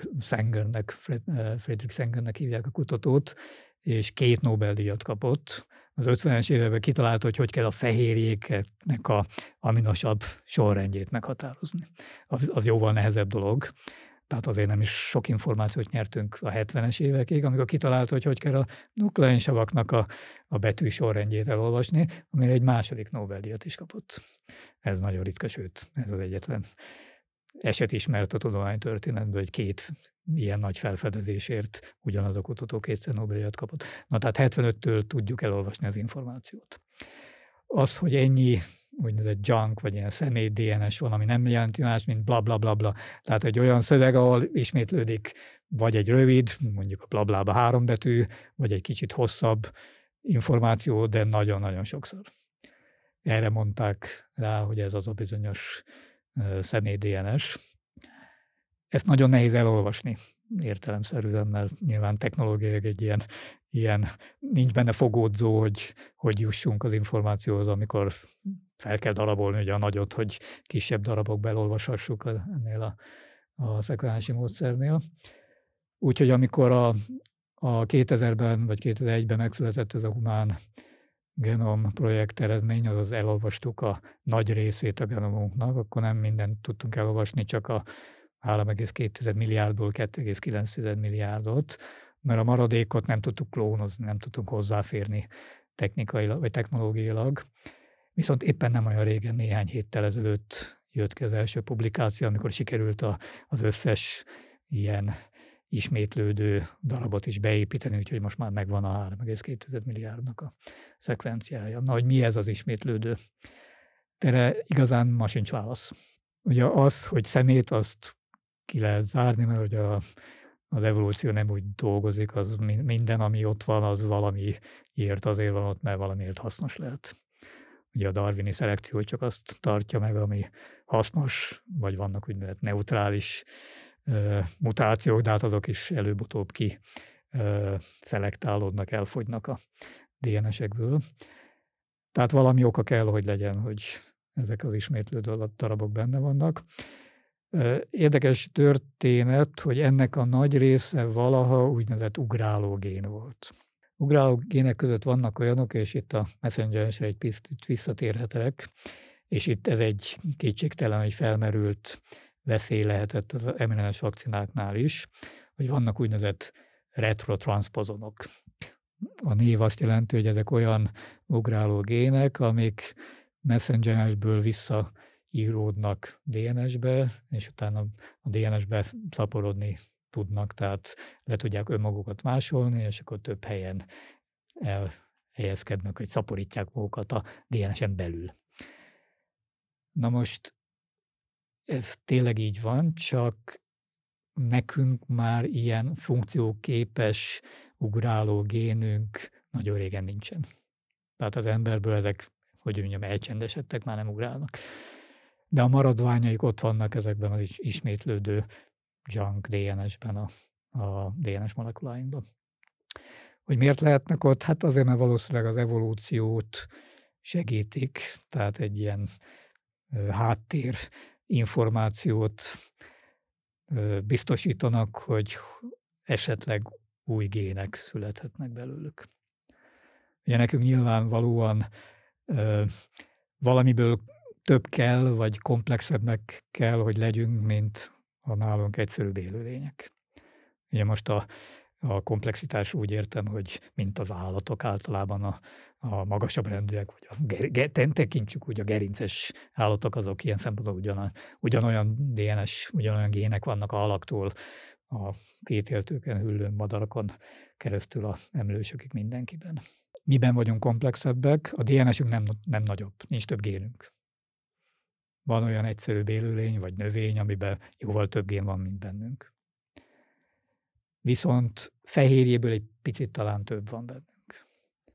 Frederick Sangernek hívják a kutatót, és 2 Nobel-díjat kapott. Az 50-es években kitalálta, hogy kell a fehérjéknek a aminosav sorrendjét meghatározni. Az jóval nehezebb dolog. Tehát azért nem is sok információt nyertünk a 70-es évekig, amikor kitalálta, hogy kell a nukleinsavaknak a betű sorrendjét elolvasni, amire egy második Nobel-díjat is kapott. Ez nagyon ritka, sőt, ez az egyetlen eset ismert a tudománytörténetből, hogy 2 ilyen nagy felfedezésért ugyanaz a kutató 2-szer Nobel-díjat kapott. Na tehát 75-től tudjuk elolvasni az információt. Az, hogy ennyi úgynevezett junk, vagy ilyen személy DNS van, ami nem jelenti más, mint bla bla bla bla. Tehát egy olyan szöveg, ahol ismétlődik vagy egy rövid, mondjuk a bla blába 3 betű, vagy egy kicsit hosszabb információ, de nagyon-nagyon sokszor. Erre mondták rá, hogy ez az a bizonyos személy DNS. Ezt nagyon nehéz elolvasni értelemszerűen, mert nyilván technológiailag egy ilyen nincs benne fogódzó, hogy jussunk az információhoz, amikor fel kell darabolni ugye a nagyot, hogy kisebb darabokba elolvashassuk ennél a szekvenálási módszernél. Úgyhogy amikor a 2000-ben vagy 2001-ben megszületett ez a humán genom projekt eredmény, azaz elolvastuk a nagy részét a genomunknak, akkor nem mindent tudtunk elolvasni, csak a 3,2 milliárdból 2,9 milliárdot, mert a maradékot nem tudtuk klónozni, nem tudtunk hozzáférni technikailag vagy technológiailag. Viszont éppen nem olyan régen, néhány héttel ezelőtt jött ki az első publikáció, amikor sikerült az összes ilyen ismétlődő darabot is beépíteni, úgyhogy most már megvan a 3,2 milliárdnak a szekvenciája. Na, hogy mi ez az ismétlődő? Erre igazán ma sincs válasz. Ugye az, hogy szemét, azt ki lehet zárni, mert ugye az evolúció nem úgy dolgozik, az minden, ami ott van, az valamiért azért van ott, mert valamiért hasznos lehet. Ugye a darwini szelekció csak azt tartja meg, ami hasznos, vagy vannak úgynevezett neutrális mutációk, de hát azok is előbb-utóbb ki szelektálódnak, elfogynak a DNS-ekből. Tehát valami oka kell, hogy legyen, hogy ezek az ismétlődő darabok benne vannak. Érdekes történet, hogy ennek a nagy része valaha úgynevezett ugráló gén volt. Ugráló gének között vannak olyanok, és itt a Messenger-re egy picit visszatérhetek, és itt ez egy kétségtelen, hogy felmerült veszély lehetett az mRNA-s vakcináknál is, hogy vannak úgynevezett retrotranszpozonok. A név azt jelenti, hogy ezek olyan ugráló gének, amik messengeresből visszaíródnak DNS-be, és utána a DNS-be szaporodni tudnak, tehát le tudják önmagukat másolni, és akkor több helyen elhelyezkednek, hogy szaporítják magukat a DNS-en belül. Na most ez tényleg így van, csak nekünk már ilyen funkcióképes ugráló génünk nagyon régen nincsen. Tehát az emberből ezek, hogy mondjam, elcsendesedtek, már nem ugrálnak. De a maradványaik ott vannak ezekben az ismétlődő junk DNS-ben, a DNS molekuláinkban. Hogy miért lehetnek ott? Hát azért, mert valószínűleg az evolúciót segítik, tehát egy ilyen háttér információt biztosítanak, hogy esetleg új gének születhetnek belőlük. Ugye nekünk nyilvánvalóan valamiből több kell, vagy komplexebbnek kell, hogy legyünk, mint a nálunk egyszerűbb élőlények. Ugye most a komplexitás úgy értem, hogy mint az állatok általában a magasabb rendűek, vagy tekintsük úgy a gerinces állatok, azok ilyen szempontból ugyanolyan DNS, ugyanolyan gének vannak a halaktól, a kétéltőken, hüllőn, madarakon keresztül a emlősökig mindenkiben. Miben vagyunk komplexebbek? A DNS-ünk nem nagyobb, nincs több génünk. Van olyan egyszerűbb élőlény, vagy növény, amiben jóval több gén van, mint bennünk. Viszont fehérjéből egy picit talán több van bennünk.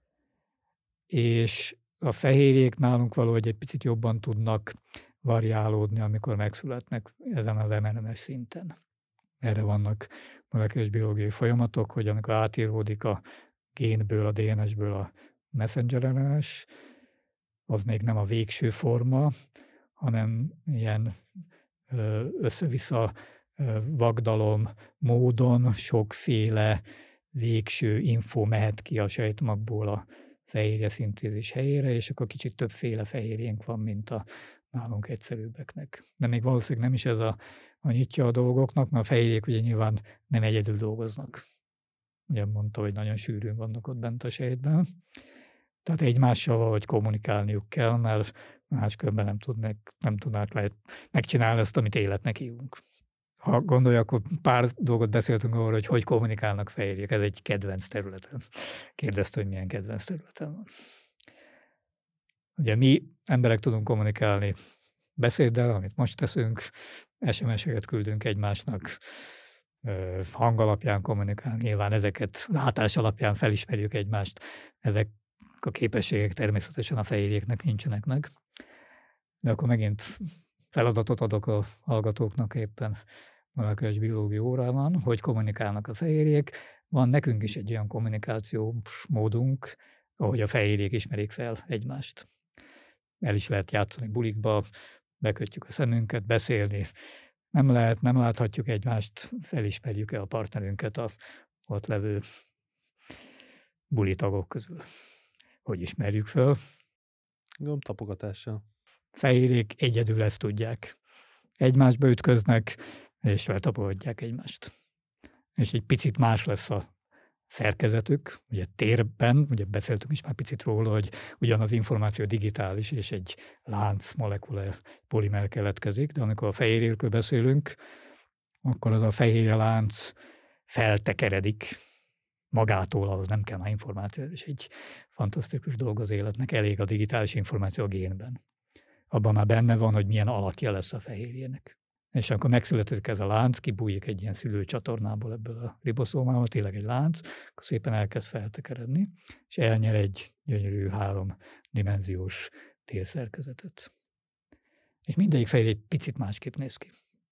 És a fehérjék nálunk valahogy egy picit jobban tudnak variálódni, amikor megszületnek ezen az mRNA-s szinten. Erre vannak molekuláris biológiai folyamatok, hogy amikor átíródik a génből, a DNS-ből a messenger RNA-s, az még nem a végső forma, hanem ilyen össze-vissza vagdalom módon sokféle végső info mehet ki a sejtmagból a fehérje szintézis helyére, és akkor kicsit többféle fehérjénk van, mint a nálunk egyszerűbbeknek. De még valószínűleg nem is ez a nyitja a dolgoknak, mert a fehérjék ugye nyilván nem egyedül dolgoznak. Ugye mondta, hogy nagyon sűrűn vannak ott bent a sejtben. Tehát egymással valahogy kommunikálniuk kell, mert máskülönben nem tudnák megcsinálni azt, amit életnek hívunk. Ha gondolja, akkor pár dolgot beszéltünk arról, hogy kommunikálnak fehérjék. Ez egy kedvenc területem. Kérdezte, hogy milyen kedvenc területem van. Ugye mi emberek tudunk kommunikálni beszéddel, amit most teszünk, SMS-eket küldünk egymásnak, hang alapján kommunikálni, nyilván ezeket látás alapján felismerjük egymást. Ezek a képességek természetesen a fehérjéknek nincsenek meg. De akkor megint feladatot adok a hallgatóknak éppen molekuláris biológia órában, hogy kommunikálnak a fehérjék. Van nekünk is egy olyan kommunikációs módunk, ahogy a fehérjék ismerik fel egymást. El is lehet játszani bulikba, bekötjük a szemünket, beszélni. Nem láthatjuk egymást, felismerjük-e a partnerünket a ott levő bulitagok közül. Hogy ismerjük föl? Tapogatással. Fehérjék egyedül ezt tudják. Egymásba ütköznek, és letapogatják egymást. És egy picit más lesz a szerkezetük, ugye térben, ugye beszéltünk is már picit róla, hogy ugyan az információ digitális, és egy lánc molekula polimer keletkezik, de amikor a fehérjékről beszélünk, akkor az a fehérje lánc feltekeredik magától, ahhoz nem kell már információ, és egy fantasztikus dolog az életnek, elég a digitális információ a génben. abban már benne van, hogy milyen alakja lesz a fehérjének. És amikor megszületik ez a lánc, kibújik egy ilyen szülőcsatornából ebből a riboszómából, tényleg egy lánc, akkor szépen elkezd feltekeredni, és elnyer egy gyönyörű 3-dimenziós térszerkezetet. És mindegyik fehérje egy picit másképp néz ki.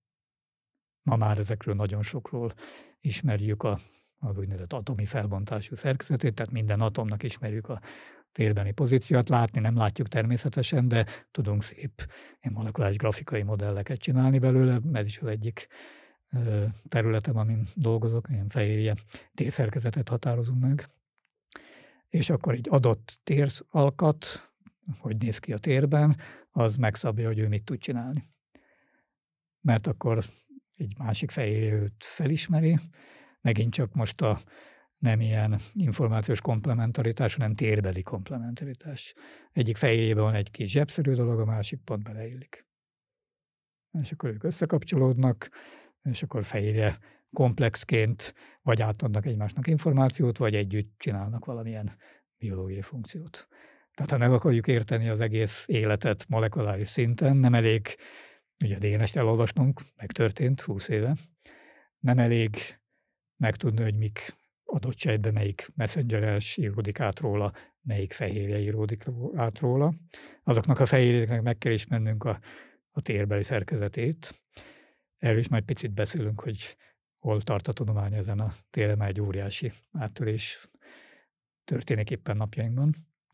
Ma már ezekről nagyon sokról ismerjük az úgynevezett atomi felbontású szerkezetét, tehát minden atomnak ismerjük a térbeni pozíciót. Látni nem látjuk természetesen, de tudunk szép molekuláris grafikai modelleket csinálni belőle. Ez is az egyik területem, amin dolgozok, ilyen fehérje térszerkezetet határozunk meg. És akkor egy adott téralkat, hogy néz ki a térben, az megszabja, hogy ő mit tud csinálni. Mert akkor egy másik fehérje őt felismeri, megint csak most nem ilyen információs komplementaritás, hanem térbeli komplementaritás. Egyik fehérjében van egy kis zsebszerű dolog, a másik pont beleillik. És akkor ők összekapcsolódnak, és akkor fehérje komplexként vagy átadnak egymásnak információt, vagy együtt csinálnak valamilyen biológiai funkciót. Tehát ha meg akarjuk érteni az egész életet molekuláris szinten, nem elég ugye a DNS-t elolvasnunk, megtörtént 20 éve, nem elég megtudni, hogy mik adott sejtben melyik messengeres íródik át róla, melyik fehérje íródik át róla. Azoknak a fehérjéknek meg kell ismernünk a térbeli szerkezetét. Erről is majd picit beszélünk, hogy hol tart a tudomány ezen a téren, egy óriási áttörés történik éppen napjainkban.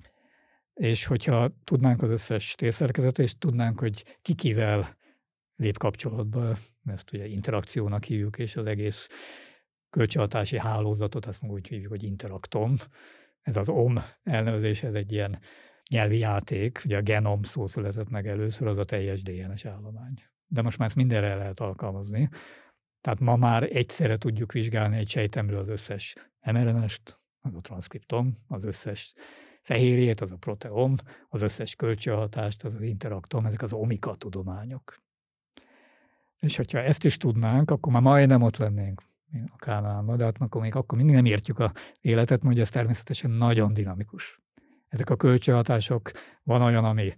És hogyha tudnánk az összes térszerkezetet, és tudnánk, hogy kivel lép kapcsolatba, ezt ugye interakciónak hívjuk, és az egész kölcsönhatási hálózatot, azt úgy hívjuk, hogy interaktom. Ez az OM elnevezés, ez egy ilyen nyelvi játék, ugye a genom szó született meg először, az a teljes DNS állomány. De most már ezt mindenre el lehet alkalmazni. Tehát ma már egyszerre tudjuk vizsgálni egy sejtemről az összes mRNA-st, az a transzkriptom, az összes fehérjét, az a proteom, az összes kölcsönhatást, az az interaktom, ezek az omika tudományok. És hogyha ezt is tudnánk, akkor már majdnem ott lennénk a Kánaánban, de akkor mindig nem értjük az életet, mert ez természetesen nagyon dinamikus. Ezek a kölcsönhatások, van olyan, ami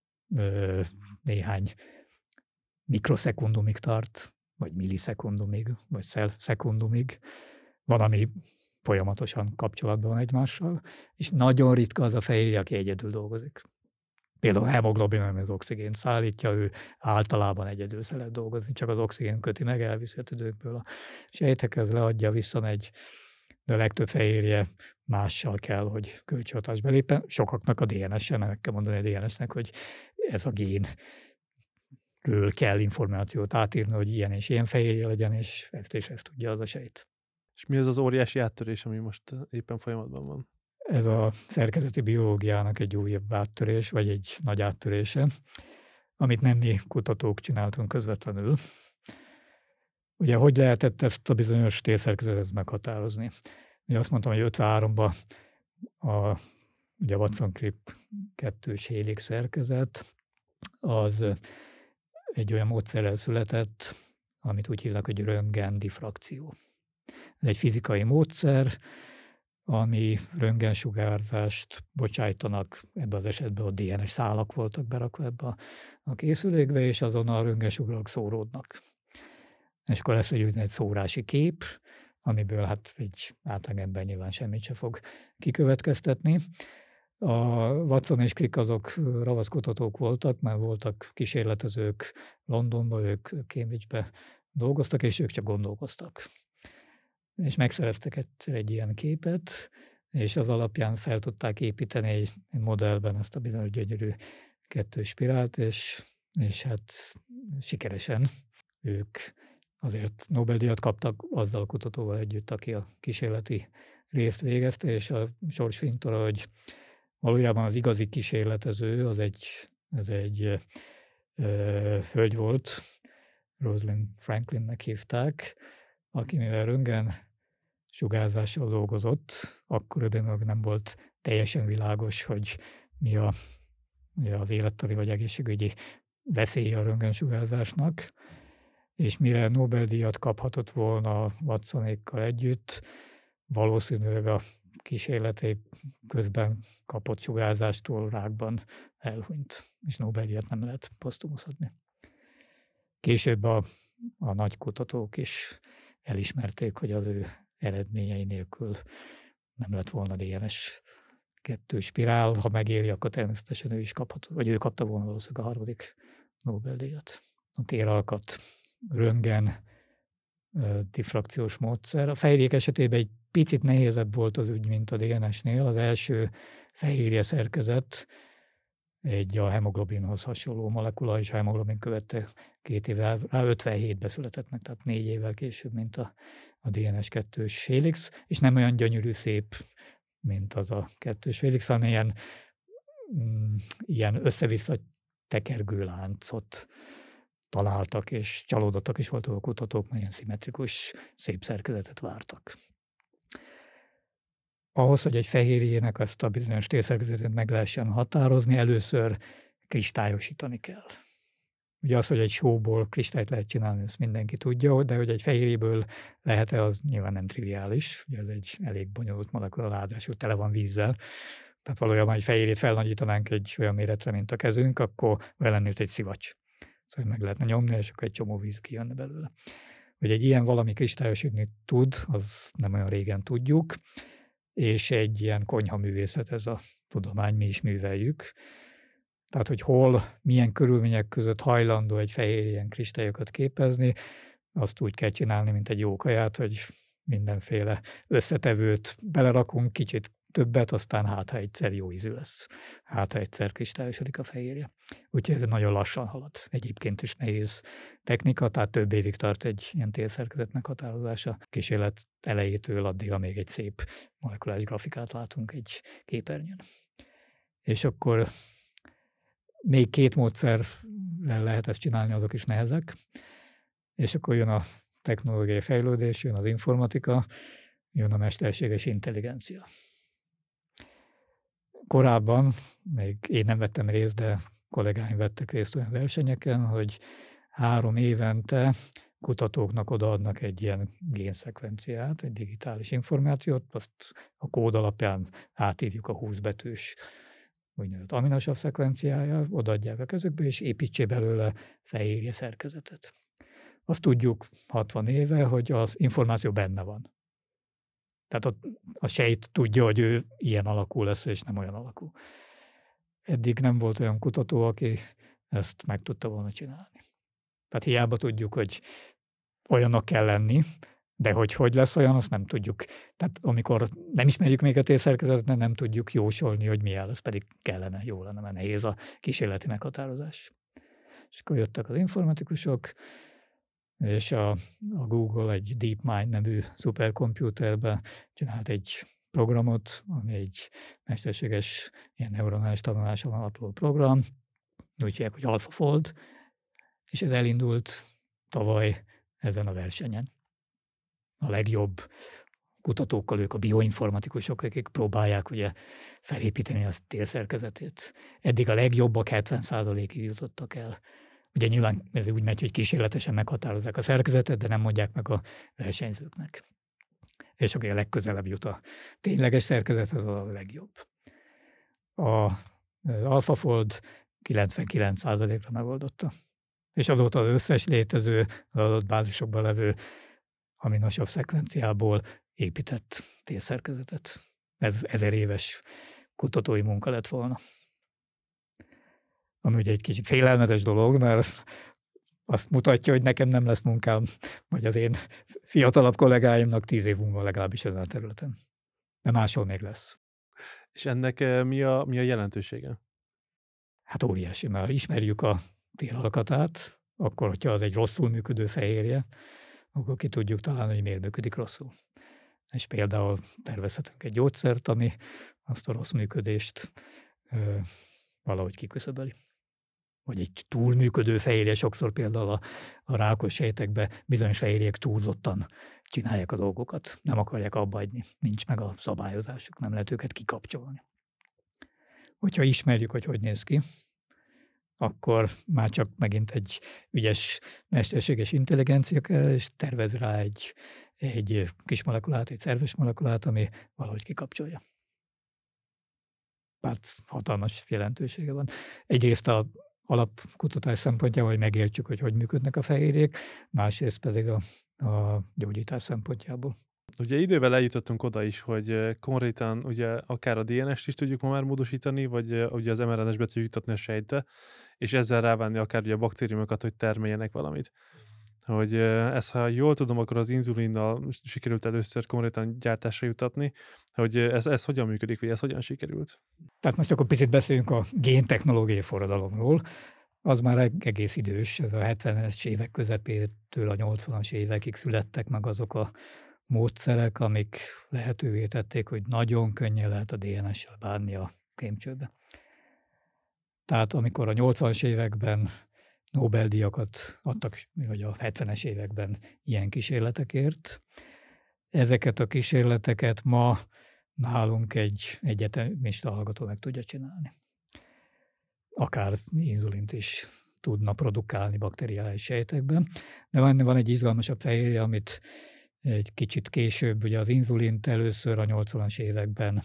néhány mikroszekundumig tart, vagy millisekundumig, vagy szekundumig. Van, ami folyamatosan kapcsolatban van egymással, és nagyon ritka az a fehérje, aki egyedül dolgozik. Például a hemoglobin, ami az oxigént szállítja, ő általában egyedül szeret dolgozni, csak az oxigén köti meg, elviszi a tüdőkből a sejtekhez, leadja, visszamegy, de a legtöbb fehérje mással kell, hogy kölcsönhatásba lépen. Sokaknak a DNS-en, meg kell mondani a DNS-nek, hogy ez a génről kell információt átírni, hogy ilyen és ilyen fehérje legyen, és ezt tudja az a sejt. És mi az az óriási áttörés, ami most éppen folyamatban van? Ez a szerkezeti biológiának egy újabb áttörés, vagy egy nagy áttörése, amit nem mi kutatók csináltunk közvetlenül. Ugye, hogy lehetett ezt a bizonyos térszerkezetet meghatározni? Ugye azt mondtam, hogy 53-ban ugye a Watson-Crick 2-s hélig szerkezet, az egy olyan módszerrel született, amit úgy hívnak, hogy röntgen diffrakció. Ez egy fizikai módszer, ami röntgensugárzást bocsájtanak, ebben az esetben a DNS szálak voltak berakva ebbe a készülékbe, és azon a röntgensugarak szóródnak. És akkor lesz egy úgynevezett szórási kép, amiből hát egy átlagember nyilván semmit se fog kikövetkeztetni. A Watson és Crick azok ravaszkutatók voltak, mert voltak kísérletezők Londonban, ők Cambridge-be dolgoztak, és ők csak gondolkoztak. És megszereztek egyszer egy ilyen képet, és az alapján fel tudták építeni egy modellben ezt a bizonyos gyönyörű kettős spirált, és hát sikeresen ők azért Nobel-díjat kaptak azzal a kutatóval együtt, aki a kísérleti részt végezte, és a sorsfintora, hogy valójában az igazi kísérletező, ez egy hölgy volt, Rosalind Franklinnek hívták, aki mivel röntgen sugárzással dolgozott, akkor még nem volt teljesen világos, hogy mi az élettani vagy egészségügyi veszélye a röntgensugárzásnak, és mire Nobel-díjat kaphatott volna Watsonékkal együtt, valószínűleg a kísérletei közben kapott sugárzástól rákban elhunyt, és Nobel-díjat nem lehet posztumuszadni. Később a nagy kutatók is elismerték, hogy az ő eredményei nélkül nem lett volna DNS kettős spirál. Ha megéri, akkor természetesen ő is kaphat, vagy ő kapta volna valószínűleg a harmadik Nobel-díjat. A téralkat, röntgen, diffrakciós módszer. A fehérjék esetében egy picit nehézebb volt az ügy, mint a DNS-nél. Az első fehérje szerkezet egy a hemoglobinhoz hasonló molekula, és a hemoglobin követte 2 évvel, rá 57-ben született meg, tehát 4 évvel később, mint a DNS 2-s Helix, és nem olyan gyönyörű szép, mint az a 2-s Helix, hanem ilyen össze-vissza tekergő láncot találtak, és csalódottak is voltak a kutatók, mert ilyen szimmetrikus, szép szerkezetet vártak. Ahhoz, hogy egy fehérjének ezt a bizonyos térszerkezetet meg lehessen határozni, először kristályosítani kell. Ugye az, hogy egy sóból kristályt lehet csinálni, ezt mindenki tudja, de hogy egy fehérjéből lehet-e, az nyilván nem triviális. Ugye ez egy elég bonyolult molekula, ráadásul tele van vízzel. Tehát valójában egy fehérjét felnagyítanánk egy olyan méretre, mint a kezünk, akkor olyan lenne, egy szivacs. Szóval meg lehetne nyomni, és akkor egy csomó víz kijönne belőle. Hogy egy ilyen valami kristályosítani tud, az nem olyan régen tudjuk, és egy ilyen konyhaművészet ez a tudomány, mi is műveljük. Tehát, hogy hol, milyen körülmények között hajlandó egy fehér ilyen kristályokat képezni, azt úgy kell csinálni, mint egy jó kaját, hogy mindenféle összetevőt belerakunk, kicsit többet, aztán hát, ha egyszer jó ízű lesz. Hát, ha egyszer kristályosodik a fehérje. Úgyhogy ez nagyon lassan halad. Egyébként is nehéz technika, tehát több évig tart egy ilyen térszerkezet meghatározása. Kísérlet elejétől addig, amíg egy szép molekuláris grafikát látunk egy képernyőn. És akkor még 2 módszerrel lehet ezt csinálni, azok is nehezek. És akkor jön a technológiai fejlődés, jön az informatika, jön a mesterséges intelligencia. Korábban, még én nem vettem részt, de kollégáim vettek részt olyan versenyeken, hogy 3 évente kutatóknak odaadnak egy ilyen génszekvenciát, egy digitális információt, azt a kód alapján átírjuk a 20 betűs úgynevezett aminosav szekvenciája, odaadják a kezükbe, és építse belőle fehérje szerkezetet. Azt tudjuk 60 éve, hogy az információ benne van. Tehát a sejt tudja, hogy ő ilyen alakú lesz, és nem olyan alakú. Eddig nem volt olyan kutató, aki ezt meg tudta volna csinálni. Tehát hiába tudjuk, hogy olyannak kell lenni, de hogy lesz olyan, azt nem tudjuk. Tehát amikor nem ismerjük még a térszerkezetet, nem tudjuk jósolni, hogy milyen lesz, pedig kellene, jó lenne, mert nehéz a kísérleti meghatározás. És akkor jöttek az informatikusok, és a Google egy DeepMind nevű szuperkomputerbe csinált egy programot, ami egy mesterséges ilyen neuronális tanuláson alapuló program, úgy hívják, hogy AlphaFold, és ez elindult tavaly ezen a versenyen. A legjobb kutatókkal, ők a bioinformatikusok, akik próbálják ugye felépíteni a térszerkezetét. Eddig a legjobbak 70%-ig jutottak el. Ugye nyilván ez úgy megy, hogy kísérletesen meghatározzák a szerkezetet, de nem mondják meg a versenyzőknek. És aki a legközelebb jut a tényleges szerkezethez, az a legjobb. Az AlphaFold 99%-ra megoldotta. És azóta az összes létező, az adott bázisokban levő aminosav szekvenciából épített térszerkezetet. Ez 1000 éves kutatói munka lett volna. Ami ugye egy kicsit félelmetes dolog, mert azt mutatja, hogy nekem nem lesz munkám, vagy az én fiatalabb kollégáimnak 10 év múlva legalábbis ezen a területen. De máshol még lesz. És ennek mi a jelentősége? Hát óriási, mert ismerjük a téralkatát, akkor, hogyha az egy rosszul működő fehérje, akkor ki tudjuk találni, hogy miért működik rosszul. És például tervezhetünk egy gyógyszert, ami azt a rossz működést valahogy kiküszöböli. Vagy egy túlműködő fehérje, sokszor például a rákos sejtekben bizonyos fehérjék túlzottan csinálják a dolgokat. Nem akarják abbahagyni, nincs meg a szabályozásuk, nem lehet őket kikapcsolni. Hogyha ismerjük, hogy néz ki, akkor már csak megint egy ügyes mesterséges intelligencia kell, és tervez rá egy kis molekulát, egy szerves molekulát, ami valahogy kikapcsolja. Hát hatalmas jelentősége van. Egyrészt a alapkutatás szempontjából, hogy megértsük, hogy működnek a fehérjék, másrészt pedig a gyógyítás szempontjából. Ugye idővel eljutottunk oda is, hogy konkrétan ugye akár a DNS-t is tudjuk ma már módosítani, vagy ugye az mRNA-s be tudjuk jutatni a sejtbe, és ezzel rávánni akár ugye a baktériumokat, hogy termeljenek valamit. Hogy ezt, ha jól tudom, akkor az inzulinnal sikerült először konkrétan gyártásra jutatni, hogy ez hogyan működik, vagy ez hogyan sikerült? Tehát most akkor picit beszéljünk a géntechnológiai forradalomról. Az már egész idős, ez a 70-es évek közepétől a 80-as évekig születtek meg azok a módszerek, amik lehetővé tették, hogy nagyon könnyen lehet a DNS-sel bánni a kémcsőbe. Tehát amikor a 80-as években Nobel-díjakat adtak, vagy a 70-es években ilyen kísérletekért, ezeket a kísérleteket ma nálunk egy egyetemista hallgató meg tudja csinálni. Akár inzulint is tudna produkálni bakteriális sejtekben. De van egy izgalmasabb fehérje, amit egy kicsit később, ugye az inzulint először a 80-as években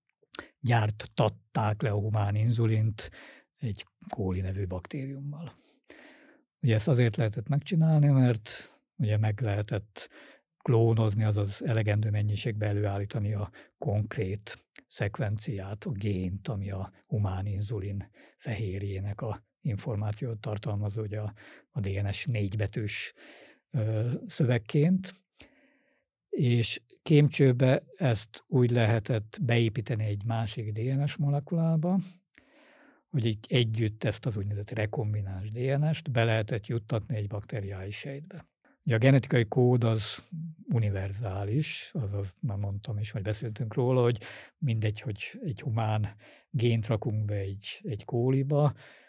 gyártották le a humán inzulint egy kóli nevű baktériummal. Ugye ezt azért lehetett megcsinálni, mert ugye meg lehetett klónozni, azaz elegendő mennyiségbe előállítani a konkrét szekvenciát, a gént, ami a humán inzulin fehérjének a információt tartalmazó, ugye a DNS 4 betűs szövegként, és kémcsőbe ezt úgy lehetett beépíteni egy másik DNS molekulába, hogy így együtt ezt az úgynevezett rekombináns DNS-t be lehetett juttatni egy bakteriális sejtbe. Ugye a genetikai kód az univerzális, azaz már mondtam is, vagy beszéltünk róla, hogy mindegy, hogy egy humán gént rakunk be egy kóliba,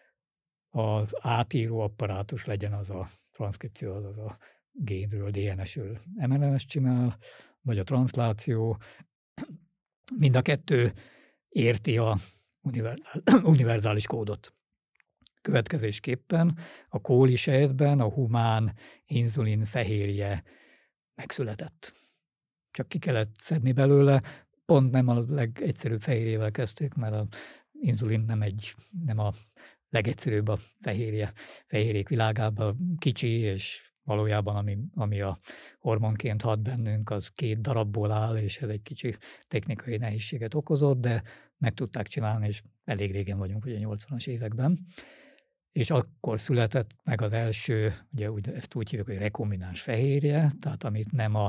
az átíró apparátus legyen az a transzkripció, azaz a génről, DNS-ről mRNA-t csinál, vagy a transzláció, mind a kettő érti a univerzális kódot. Következésképpen a kóli sejtben a humán inzulin fehérje megszületett. Csak ki kellett szedni belőle, pont nem a legegyszerűbb fehérjével kezdték, mert az inzulin nem a legegyszerűbb a fehérjék világában, kicsi, és valójában ami a hormonként hat bennünk, az 2 darabból áll, és ez egy kicsi technikai nehézséget okozott, de meg tudták csinálni, és elég régen vagyunk, ugye 80-as években. És akkor született meg az első, ugye ezt úgy hívjuk, hogy rekombináns fehérje, tehát amit nem a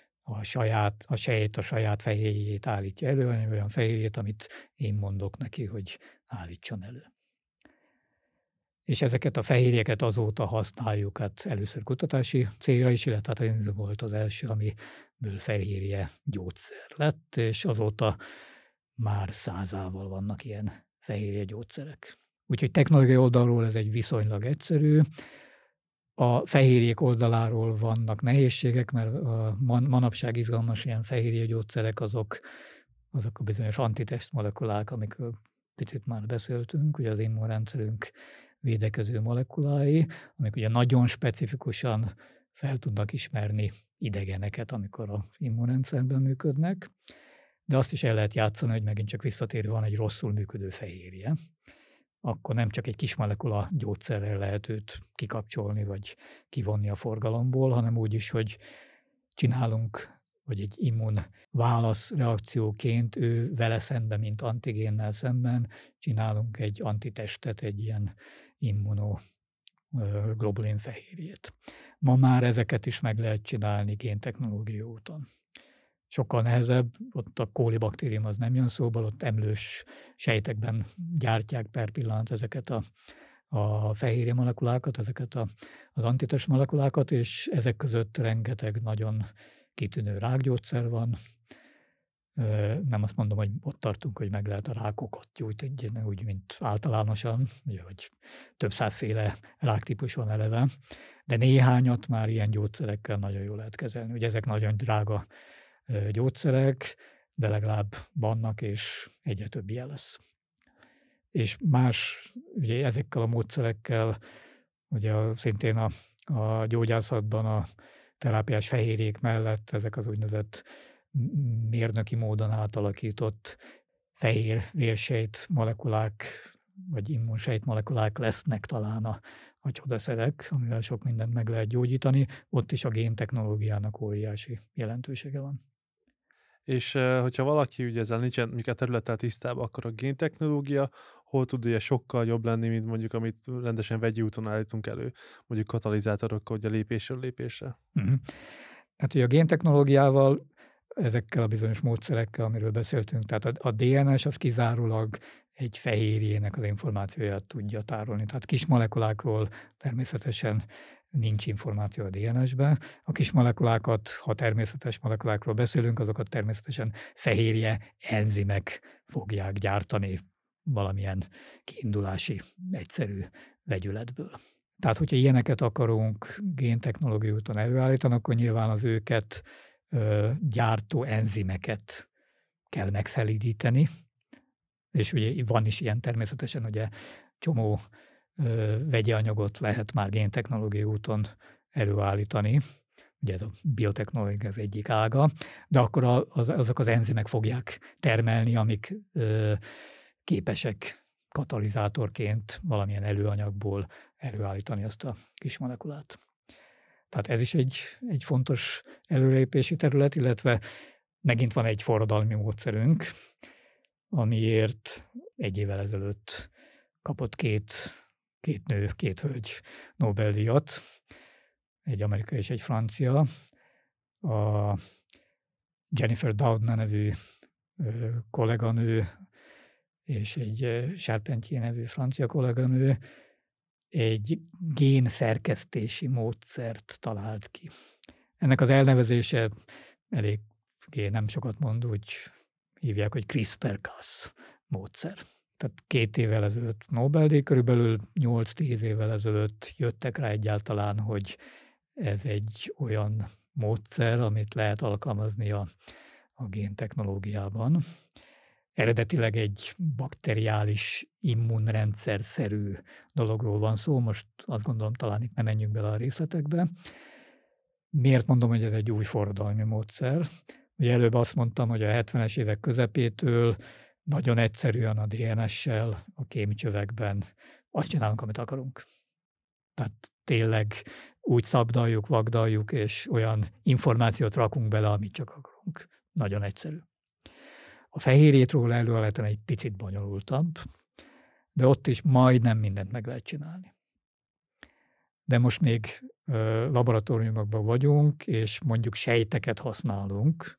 sejt a saját fehérjét állítja elő, hanem olyan fehérjét, amit én mondok neki, hogy állítson elő. És ezeket a fehérjeket azóta használjuk, hát először kutatási célra is, illetve hát ez volt az első, amiből fehérje gyógyszer lett, és azóta már 100-ával vannak ilyen fehérje gyógyszerek. Úgyhogy technológiai oldalról ez egy viszonylag egyszerű. A fehérjék oldaláról vannak nehézségek, mert a manapság izgalmas ilyen fehérje gyógyszerek azok a bizonyos antitest molekulák, amikről picit már beszéltünk, ugye az immunrendszerünk védekező molekulái, amik ugye nagyon specifikusan fel tudnak ismerni idegeneket, amikor az immunrendszerben működnek, de azt is el lehet játszani, hogy megint csak visszatérő van egy rosszul működő fehérje. Akkor nem csak egy kis molekula gyógyszerrel lehet őt kikapcsolni, vagy kivonni a forgalomból, hanem úgy is, hogy csinálunk, vagy egy immun válaszreakcióként ő vele szemben, mint antigénnel szemben csinálunk egy antitestet, egy ilyen immunoglobulin fehérjét. Ma már ezeket is meg lehet csinálni géntechnológia úton. Sokkal nehezebb, ott a kólibaktérium az nem jön szóba, ott emlős sejtekben gyártják per pillanat ezeket a fehérje molekulákat, ezeket az antitest molekulákat, és ezek között rengeteg nagyon kitűnő rákgyógyszer van. Nem azt mondom, hogy ott tartunk, hogy meg lehet a rákokat gyógyítani, úgy, mint általánosan, vagy több százféle ráktípus van eleve, de néhányat már ilyen gyógyszerekkel nagyon jól lehet kezelni. Ugye ezek nagyon drága gyógyszerek, de legalább vannak, és egyre több ilyen lesz. és más, ugye ezekkel a módszerekkel, ugye szintén a gyógyászatban a terápiás fehérjék mellett ezek az úgynevezett mérnöki módon átalakított fehér vérsejt molekulák, vagy immunsejt molekulák lesznek talán a csodaszerek, amivel sok mindent meg lehet gyógyítani. Ott is a géntechnológiának óriási jelentősége van. És hogyha valaki ugye ezzel nincsen mondjuk a területtel tisztában, akkor a géntechnológia hol tud ugye sokkal jobb lenni, mint mondjuk amit rendesen vegyi úton állítunk elő, mondjuk katalizátorokkal, ugye lépésről lépésre. Hát ugye a géntechnológiával, ezekkel a bizonyos módszerekkel, amiről beszéltünk, tehát a DNS az kizárólag egy fehérjének az információját tudja tárolni. Tehát kis molekulákról természetesen nincs információ a DNS-ben. A kis molekulákat, ha természetes molekulákról beszélünk, azokat természetesen fehérje enzimek fogják gyártani valamilyen kiindulási egyszerű vegyületből. Tehát, hogyha ilyeneket akarunk géntechnológiai úton előállítani, akkor nyilván az őket gyártó enzimeket kell megszelídíteni, és ugye van is ilyen természetesen, ugye csomó vegyi anyagot lehet már géntechnológiai úton előállítani, ugye ez a biotechnológia az egyik ága, de akkor azok az enzimek fogják termelni, amik képesek katalizátorként valamilyen előanyagból előállítani azt a kis molekulát. Tehát ez is egy fontos előrelépési terület, illetve megint van egy forradalmi módszerünk, amiért 1 évvel ezelőtt kapott két nő, 2 hölgy Nobel-díjat, egy amerikai és egy francia. A Jennifer Doudna nevű kolléganő és egy Charpentier nevű francia kolléganő egy génszerkesztési módszert talált ki. Ennek az elnevezése elég nem sokat mond, úgy hívják, hogy CRISPR-Cas módszer. Tehát 2 évvel ezelőtt Nobel-díj, körülbelül 8-10 évvel ezelőtt jöttek rá egyáltalán, hogy ez egy olyan módszer, amit lehet alkalmazni a géntechnológiában. Eredetileg egy bakteriális immunrendszer-szerű dologról van szó, most azt gondolom, talán itt nem menjünk bele a részletekbe. Miért mondom, hogy ez egy új forradalmi módszer? Ugye előbb azt mondtam, hogy a 70-es évek közepétől nagyon egyszerűen a DNS-sel a kémcsövekben azt csinálunk, amit akarunk. Tehát tényleg úgy szabdaljuk, vagdaljuk, és olyan információt rakunk bele, amit csak akarunk. Nagyon egyszerű. A fehérjétról előállítani egy picit bonyolultabb, de ott is majdnem mindent meg lehet csinálni. De most még laboratóriumokban vagyunk, és mondjuk sejteket használunk,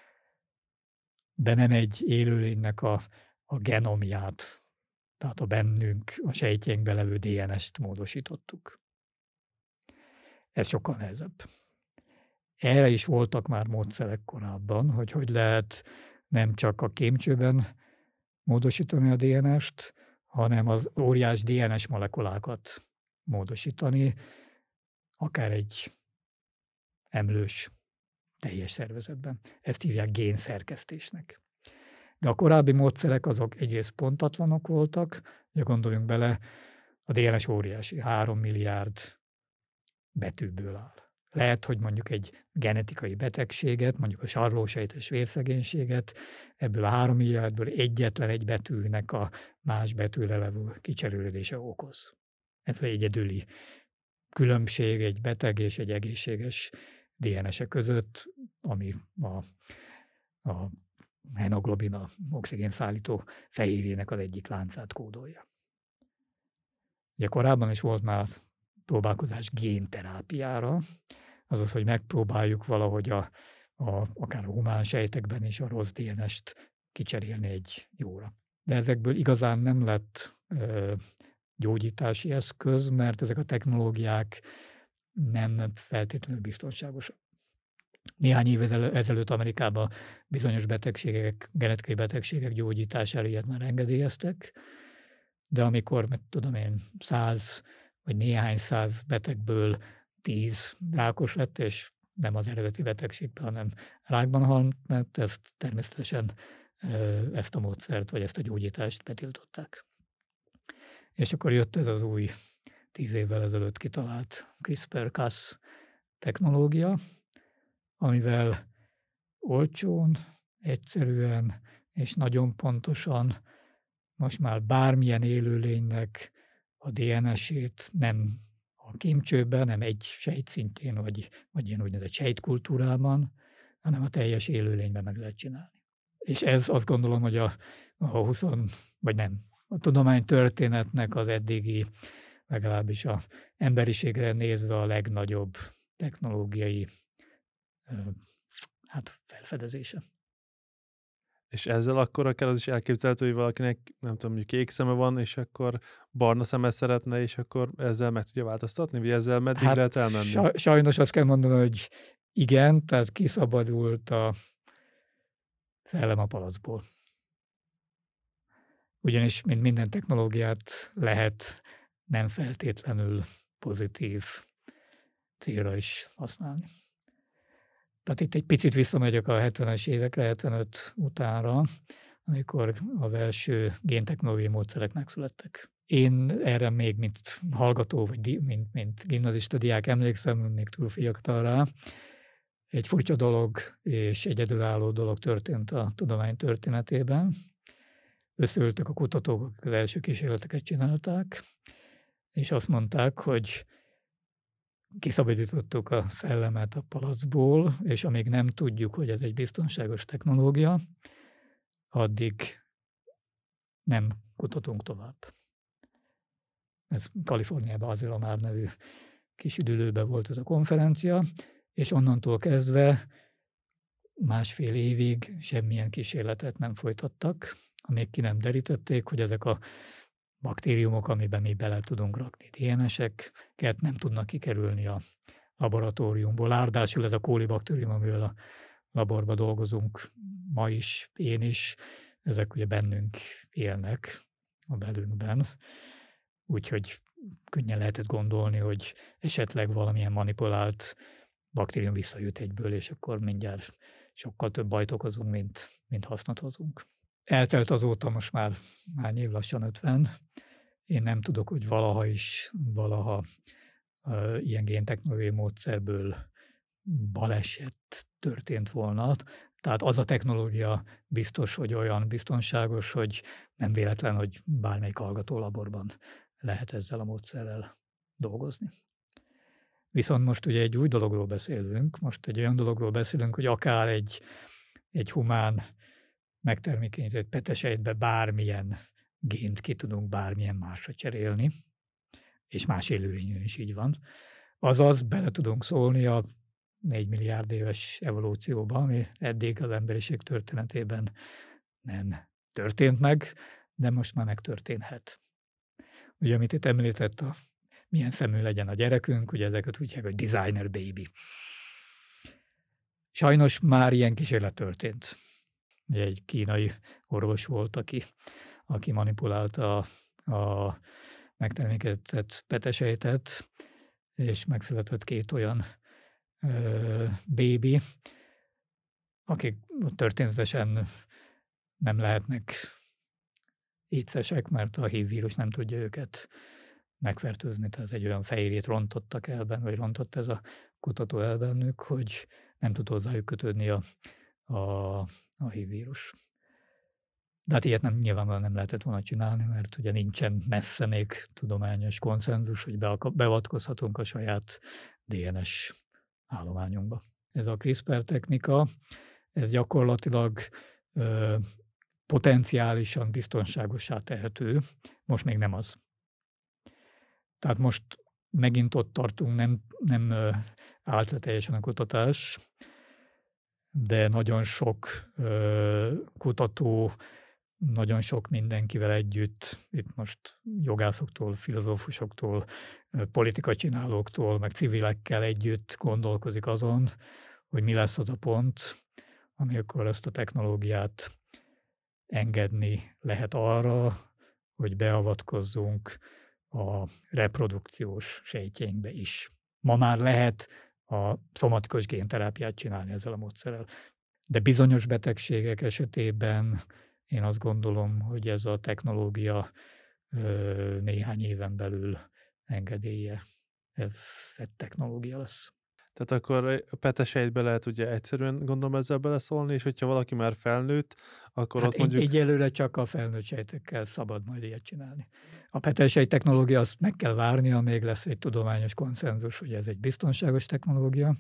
de nem egy élőlénynek a genomját, tehát a bennünk, a sejtjeinkben levő DNS-t módosítottuk. Ez sokkal nehezebb. Erre is voltak már módszerek korábban, hogy lehet nem csak a kémcsőben módosítani a DNS-t, hanem az óriás DNS molekulákat módosítani, akár egy emlős teljes szervezetben. Ezt hívják génszerkesztésnek. De a korábbi módszerek azok egyrészt pontatlanok voltak, ugye gondoljunk bele, a DNS óriási, 3 milliárd betűből áll. Lehet, hogy mondjuk egy genetikai betegséget, mondjuk a sarlósejtes vérszegénységet, ebből a 3 milliárdból egyetlen egy betűnek a más betűre levő kicserélődése okoz. Ez egy egyedüli különbség egy beteg és egy egészséges DNS-e között, ami a hemoglobin, a oxigénszállító fehérjének az egyik láncát kódolja. Ugye korábban is volt már próbálkozás génterápiára, azaz, hogy megpróbáljuk valahogy akár a humán sejtekben is a rossz DNS-t kicserélni egy jóra. De ezekből igazán nem lett gyógyítási eszköz, mert ezek a technológiák nem feltétlenül biztonságosak. Néhány év ezelőtt Amerikában bizonyos betegségek, genetikai betegségek gyógyítására ilyet már engedélyeztek, de amikor, tudom én, 100 vagy néhány száz betegből 10 rákos lett, és nem az eredeti betegségben, hanem rákban halt, mert ezt természetesen ezt a módszert, vagy ezt a gyógyítást betiltották. És akkor jött ez az új 10 évvel ezelőtt kitalált CRISPR-Cas technológia, amivel olcsón, egyszerűen és nagyon pontosan most már bármilyen élőlénynek a DNS-ét nem a kémcsőben, nem egy sejtszintjén, vagy ilyen úgynevezett sejtkultúrában, hanem a teljes élőlényben meg lehet csinálni. És ez azt gondolom, hogy a tudománytörténetnek az eddigi, legalábbis a emberiségre nézve a legnagyobb technológiai felfedezése. És ezzel akkor akár az is elképzelhető, hogy valakinek, nem tudom, mondjuk kék szeme van, és akkor barna szemet szeretne, és akkor ezzel meg tudja változtatni, vagy ezzel meddig lehet elmenni? Sajnos azt kell mondani, hogy igen, tehát kiszabadult a szellem a palackból. Ugyanis, mint minden technológiát lehet nem feltétlenül pozitív célra is használni. Tehát itt egy picit visszamegyek a 70-es évekre, 75 utánra, amikor az első géntechnológiai módszerek megszülettek. Én erre még, mint hallgató, vagy mint gimnazista diák emlékszem, még túl fiatal rá. Egy furcsa dolog és egyedülálló dolog történt a tudomány történetében. Összeültek a kutatók, akik az első kísérleteket csinálták, és azt mondták, hogy kiszabadítottuk a szellemet a palackból, és amíg nem tudjuk, hogy ez egy biztonságos technológia, addig nem kutatunk tovább. Ez Kaliforniában Asilomar nevű kis üdülőben volt ez a konferencia, és onnantól kezdve 1,5 évig semmilyen kísérletet nem folytattak, amíg ki nem derítették, hogy ezek a baktériumok, amiben mi bele tudunk rakni DNS-eket, nem tudnak kikerülni a laboratóriumból. Ráadásul ez a kólibaktérium, amivel a laborban dolgozunk ma is, én is, ezek ugye bennünk élnek a belünkben, úgyhogy könnyen lehetett gondolni, hogy esetleg valamilyen manipulált baktérium visszajött egyből, és akkor mindjárt sokkal több bajt okozunk, mint hasznot hozunk. Eltelt azóta most már hány év, lassan 50. Én nem tudok, hogy valaha ilyen géntechnológiai módszerből baleset történt volna. Tehát az a technológia biztos, hogy olyan biztonságos, hogy nem véletlen, hogy bármelyik hallgatólaborban lehet ezzel a módszerrel dolgozni. Viszont most ugye egy új dologról beszélünk, most egy olyan dologról beszélünk, hogy akár egy humán megtermékenyített petesejtbe bármilyen gént ki tudunk bármilyen másra cserélni, és más élőlényen is így van. Azaz bele tudunk szólni a 4 milliárd éves evolúcióba, ami eddig az emberiség történetében nem történt meg, de most már megtörténhet. Ugye, amit itt említett, milyen szemű legyen a gyerekünk, ugye ezeket úgy hívják, hogy designer baby. Sajnos már ilyen kísérlet történt. Egy kínai orvos volt, aki manipulálta a megtermékezett petesejtet, és megszületett 2 olyan bébi, akik történetesen nem lehetnek étszesek, mert a HIV vírus nem tudja őket megfertőzni, tehát egy olyan fehérjét rontottak el benne, vagy rontott ez a kutató el bennük, hogy nem tud hozzájuk kötődni a HIV vírus. De hát ilyet nyilvánvalóan nem lehetett volna csinálni, mert ugye nincsen messze még tudományos konszenzus, hogy beavatkozhatunk a saját DNS állományunkba. Ez a CRISPR technika, ez gyakorlatilag potenciálisan biztonságossá tehető, most még nem az. Tehát most megint ott tartunk, nem állt le teljesen a kutatás, de nagyon sok kutató, nagyon sok mindenkivel együtt, itt most jogászoktól, filozófusoktól, politikacsinálóktól, meg civilekkel együtt gondolkozik azon, hogy mi lesz az a pont, amikor ezt a technológiát engedni lehet arra, hogy beavatkozzunk a reprodukciós sejtjeinkbe is. Ma már lehet a szomatikus génterápiát csinálni ezzel a módszerrel. De bizonyos betegségek esetében én azt gondolom, hogy ez a technológia néhány éven belül engedélye. Ez egy technológia lesz. Tehát akkor a petesejtbe lehet ugye egyszerűen gondolom ezzel beleszólni, és hogyha valaki már felnőtt, akkor Hát ott mondjuk egyelőre csak a felnőtt sejtekkel szabad majd ilyet csinálni. A petesejt technológia, azt meg kell várni, amíg lesz egy tudományos konszenzus, hogy ez egy biztonságos technológia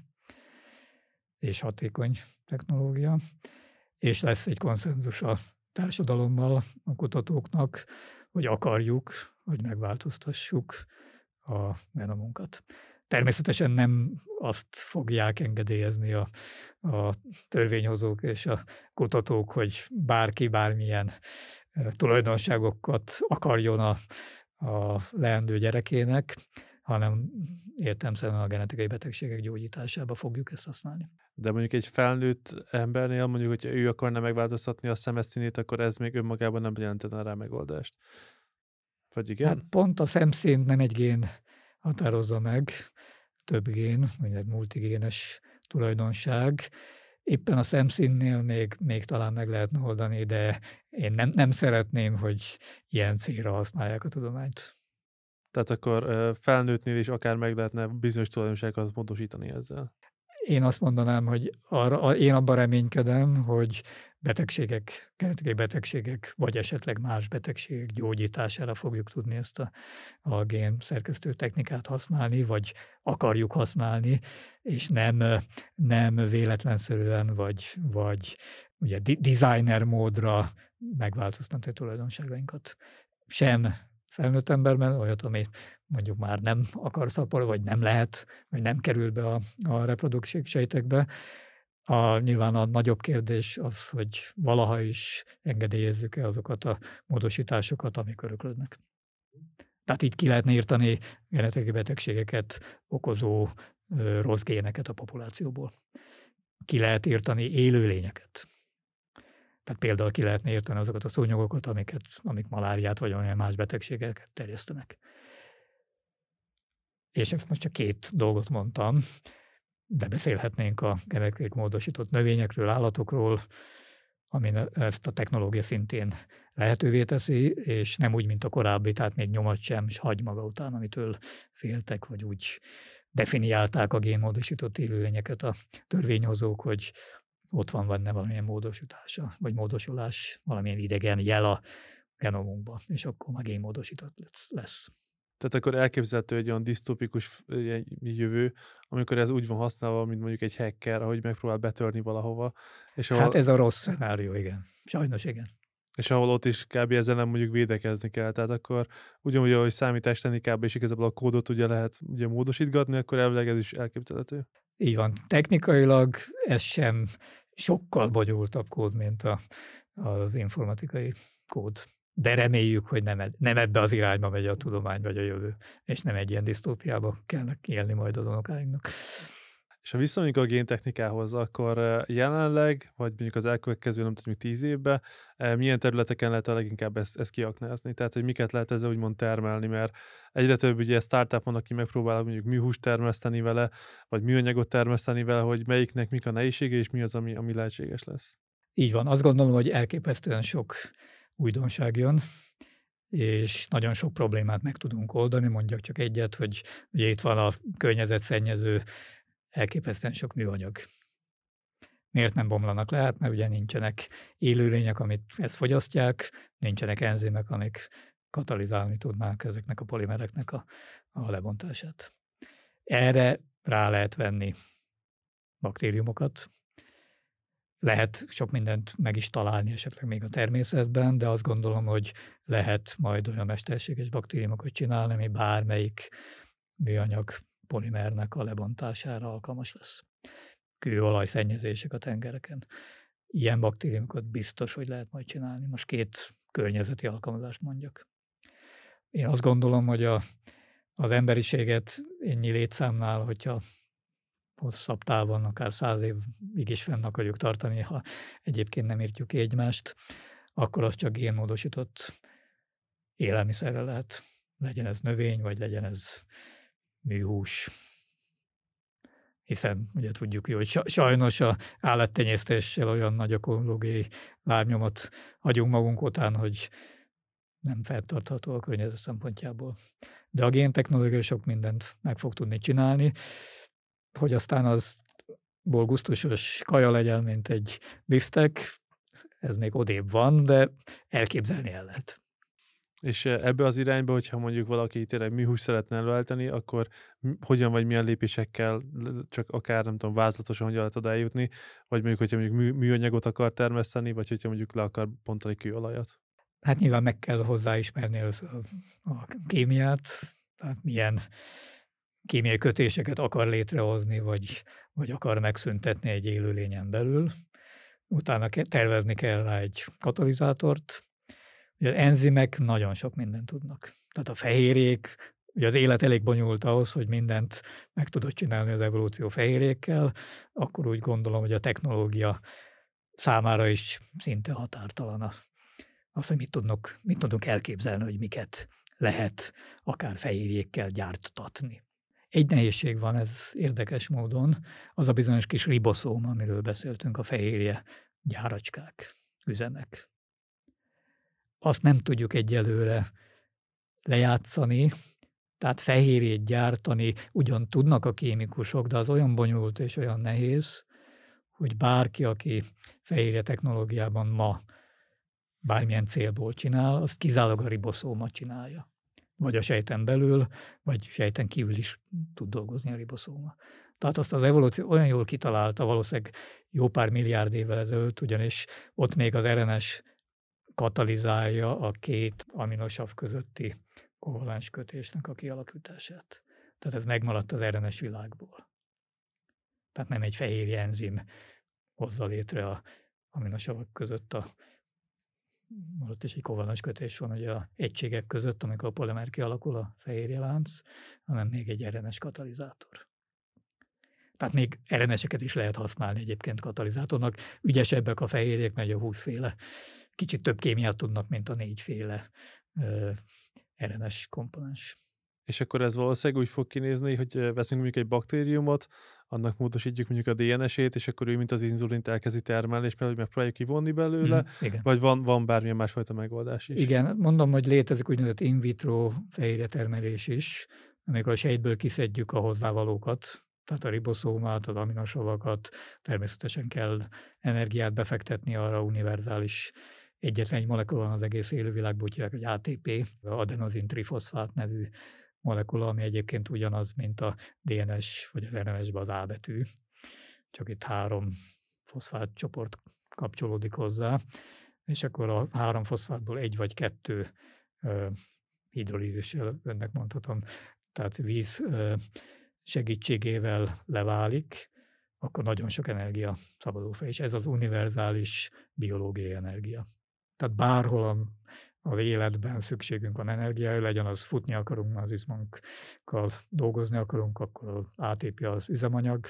és hatékony technológia, és lesz egy konszenzus a társadalommal, a kutatóknak, hogy akarjuk, hogy megváltoztassuk a genomunkat. Természetesen nem azt fogják engedélyezni a törvényhozók és a kutatók, hogy bárki bármilyen tulajdonságokat akarjon a leendő gyerekének, hanem értelemszerűen a genetikai betegségek gyógyításába fogjuk ezt használni. de mondjuk egy felnőtt embernél, mondjuk, hogyha ő akarna megváltoztatni a szemeszínét, akkor ez még önmagában nem jelentene rá megoldást. Vagy igen? Hát pont a szemszínt nem egy gén határozza meg, több gén, vagy egy multigénes tulajdonság. Éppen a szemszínnél még talán meg lehetne oldani, de én nem szeretném, hogy ilyen célra használják a tudományt. Tehát akkor felnőttnél is akár meg lehetne bizonyos tulajdonságokat módosítani ezzel. Én azt mondanám, hogy én abban reménykedem, hogy betegségek, genetikai betegségek, vagy esetleg más betegségek gyógyítására fogjuk tudni ezt a gén szerkesztő technikát használni, vagy akarjuk használni, és nem véletlenszerűen, vagy ugye designer módra megváltoztatni a tulajdonságainkat. Sem felnőtt emberben, olyat, ami mondjuk már nem akar szaporolni, vagy nem lehet, vagy nem kerül be a reproduktív sejtekbe. Nyilván a nagyobb kérdés az, hogy valaha is engedélyezzük-e azokat a módosításokat, amik öröklődnek. Tehát így ki lehetne írtani genetikai betegségeket okozó rossz géneket a populációból. Ki lehet írtani élőlényeket. Tehát például ki lehetne írtani azokat a szúnyogokat, amik maláriát vagy olyan más betegségeket terjesztenek. És ezt most csak 2 dolgot mondtam, de beszélhetnénk a genetikai módosított növényekről, állatokról, ami ezt a technológia szintén lehetővé teszi, és nem úgy, mint a korábbi, tehát még nyomat sem, és hagy maga után, amitől féltek, vagy úgy definiálták a génmódosított élőlényeket a törvényhozók, hogy ott van benne valamilyen módosítása, vagy módosulás, valamilyen idegen jel a genomunkban, és akkor már génmódosított lesz. Tehát akkor elképzelhető egy olyan disztópikus jövő, amikor ez úgy van használva, mint mondjuk egy hacker, ahogy megpróbál betörni valahova. És ahol, Hát ez a rossz szenárió, igen. Sajnos igen. és ahol ott is kb. Ezzel nem mondjuk védekezni kell. Tehát akkor ugyanúgy, ahogy számítástechnikában is igazából a kódot ugye lehet ugye módosítgatni, akkor elvileg ez is elképzelhető. Így van. Technikailag ez sem sokkal bonyolultabb kód, mint az informatikai kód. De reméljük, hogy nem ebbe az irányba megy a tudomány vagy a jövő, és nem egy ilyen disztópiába kellnek élni majd az unokáinknak. És ha visszamegyünk a géntechnikához, akkor jelenleg, vagy mondjuk az elkövetkező, nem tudom, 10 évben, milyen területeken lehet a leginkább ezt kiaknázni? Tehát, hogy miket lehet ezzel úgymond termelni, mert egyre több ugye startup van, aki megpróbál mondjuk műhúst termeszteni vele, vagy műanyagot termeszteni vele, hogy melyiknek mik a nehézsége, és mi az, ami lehetséges lesz. Így van. Azt gondolom, hogy elképesztően sok újdonság jön, és nagyon sok problémát meg tudunk oldani. Mondjak csak egyet, hogy ugye itt van a környezetszennyező, elképesztően sok műanyag. Miért nem bomlanak le? Hát, mert ugye nincsenek élőlények, amit ezt fogyasztják, nincsenek enzimek, amik katalizálni tudnák ezeknek a polimereknek a lebontását. Erre rá lehet venni baktériumokat. Lehet sok mindent meg is találni esetleg még a természetben, de azt gondolom, hogy lehet majd olyan mesterséges baktériumokat csinálni, ami bármelyik műanyag polimernek a lebontására alkalmas lesz. Kőolajszennyezések a tengereken. Ilyen baktériumokat biztos, hogy lehet majd csinálni. Most 2 környezeti alkalmazást mondjak. Én azt gondolom, hogy az emberiséget ennyi létszámnál, hogyha hosszabb távon, akár 100 évig is fenn akarjuk tartani, ha egyébként nem írtjuk ki egymást, akkor az csak génmódosított élelmiszerre lehet. Legyen ez növény, vagy legyen ez műhús. Hiszen ugye tudjuk jó, hogy sajnos az állattenyésztéssel olyan nagy ökológiai lábnyomot hagyunk magunk után, hogy nem fenntartható a környezet szempontjából. De a géntechnológia sok mindent meg fog tudni csinálni, hogy aztán azból gusztusos kaja legyen, mint egy bifstek, ez még odébb van, de elképzelni el lehet. És ebbe az irányba, hogyha mondjuk valaki tényleg műhúst szeretne előállítani, akkor hogyan vagy milyen lépésekkel, csak akár nem tudom, vázlatosan hogyan lehet oda eljutni, vagy mondjuk, hogyha mondjuk műanyagot akar termeszteni, vagy hogyha mondjuk le akar bontani kőolajat? Hát nyilván meg kell hozzá ismerni először a kémiát, tehát milyen kémiai kötéseket akar létrehozni, vagy akar megszüntetni egy élőlényen belül. Utána tervezni kell rá egy katalizátort. Ugye az enzimek nagyon sok mindent tudnak. Tehát a fehérjék, ugye az élet elég bonyolult ahhoz, hogy mindent meg tudod csinálni az evolúció fehérjékkel, akkor úgy gondolom, hogy a technológia számára is szinte határtalan az, hogy mit tudunk elképzelni, hogy miket lehet akár fehérjékkel gyártatni. Egy nehézség van, ez érdekes módon, az a bizonyos kis riboszóm, amiről beszéltünk, a fehérje gyáracskák, üzemek. Azt nem tudjuk egyelőre lejátszani, tehát fehérjét gyártani ugyan tudnak a kémikusok, de az olyan bonyolult és olyan nehéz, hogy bárki, aki fehérje technológiában ma bármilyen célból csinál, azt kizárólag a riboszóma csinálja. Vagy a sejten belül, vagy sejten kívül is tud dolgozni a riboszóma. Tehát azt az evolúció olyan jól kitalálta, valószínűleg jó pár milliárd évvel ezelőtt, ugyanis ott még az RNS katalizálja a két aminosav közötti kovalens kötésnek a kialakítását. Tehát ez megmaradt az RNS világból. Tehát nem egy fehérje enzim hozza létre a aminosavak között ott is egy kovalens kötés van ugye a egységek között, amikor a polimer kialakul a fehérjelánc, hanem még egy RNS katalizátor. Tehát még RNS-eket is lehet használni egyébként katalizátornak. Ügyesebbek a fehérjék, mert a 20 féle kicsit több kémiát tudnak, mint a 4 féle RNS komponens. És akkor ez valószínűleg úgy fog kinézni, hogy veszünk mondjuk egy baktériumot, annak módosítjuk mondjuk a DNS-ét, és akkor ő, mint az inzulint elkezdi termelni, és megpróbáljuk kivonni belőle, vagy van bármilyen másfajta megoldás is? Igen, mondom, hogy létezik úgynevezett in vitro fehérjetermelés is, amikor a sejtből kiszedjük a hozzávalókat, tehát a riboszómát, az aminosavakat, természetesen kell energiát befektetni arra univerzális egyetlen egy molekula van az egész élővilágban, úgy hívják, hogy ATP, adenozin trifoszfát nevű molekula, ami egyébként ugyanaz, mint a DNS vagy az RNS-ben az A betű, csak itt 3 foszfát csoport kapcsolódik hozzá, és akkor a 3 foszfátból 1 vagy 2 hidrolízissel, önnek mondhatom, tehát víz segítségével leválik, akkor nagyon sok energia szabadul fel, és ez az univerzális biológiai energia. Tehát bárhol az életben szükségünk van energiára, legyen az futni akarunk, az izmunkkal dolgozni akarunk, akkor az ATP az üzemanyag.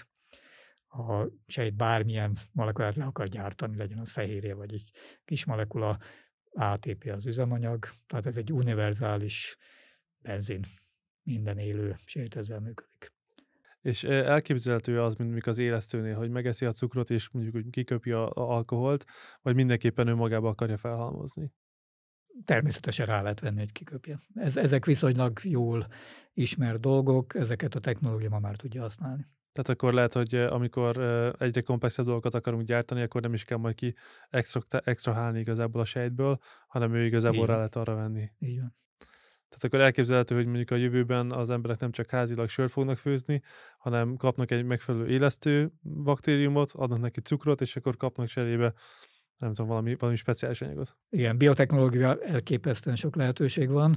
Ha sejt bármilyen molekulát le akar gyártani, legyen az fehérje vagy egy kis molekula, ATP az üzemanyag. Tehát ez egy univerzális benzin. Minden élő sejt ezzel működik. És elképzelhető az, mint az élesztőnél, hogy megeszi a cukrot, és mondjuk hogy kiköpi a alkoholt, vagy mindenképpen önmagába akarja felhalmozni? Természetesen rá lehet venni, hogy kiköpje. Ezek viszonylag jól ismert dolgok, ezeket a technológia ma már tudja használni. Tehát akkor lehet, hogy amikor egyre komplexebb dolgokat akarunk gyártani, akkor nem is kell majd ki extrahálni igazából a sejtből, hanem ő igazából rá lehet arra venni. Így van. Tehát akkor elképzelhető, hogy mondjuk a jövőben az emberek nem csak házilag sört fognak főzni, hanem kapnak egy megfelelő élesztő baktériumot, adnak neki cukrot, és akkor kapnak cserébe, nem tudom, valami speciális anyagot. Igen, biotechnológia elképesztően sok lehetőség van,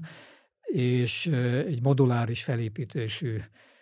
és egy moduláris felépítésű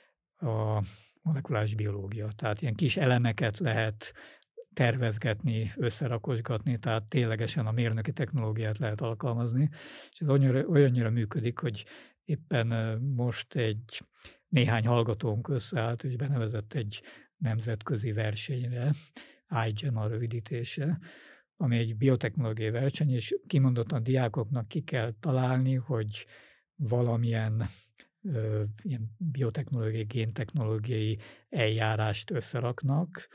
a molekuláris biológia. Tehát ilyen kis elemeket lehet tervezgetni, összerakosgatni, tehát ténylegesen a mérnöki technológiát lehet alkalmazni, és ez olyannyira működik, hogy éppen most néhány hallgatónk összeállt, és benevezett egy nemzetközi versenyre, iGEM a rövidítése, ami egy biotechnológiai verseny, és kimondottan a diákoknak ki kell találni, hogy valamilyen ilyen biotechnológiai, géntechnológiai eljárást összeraknak,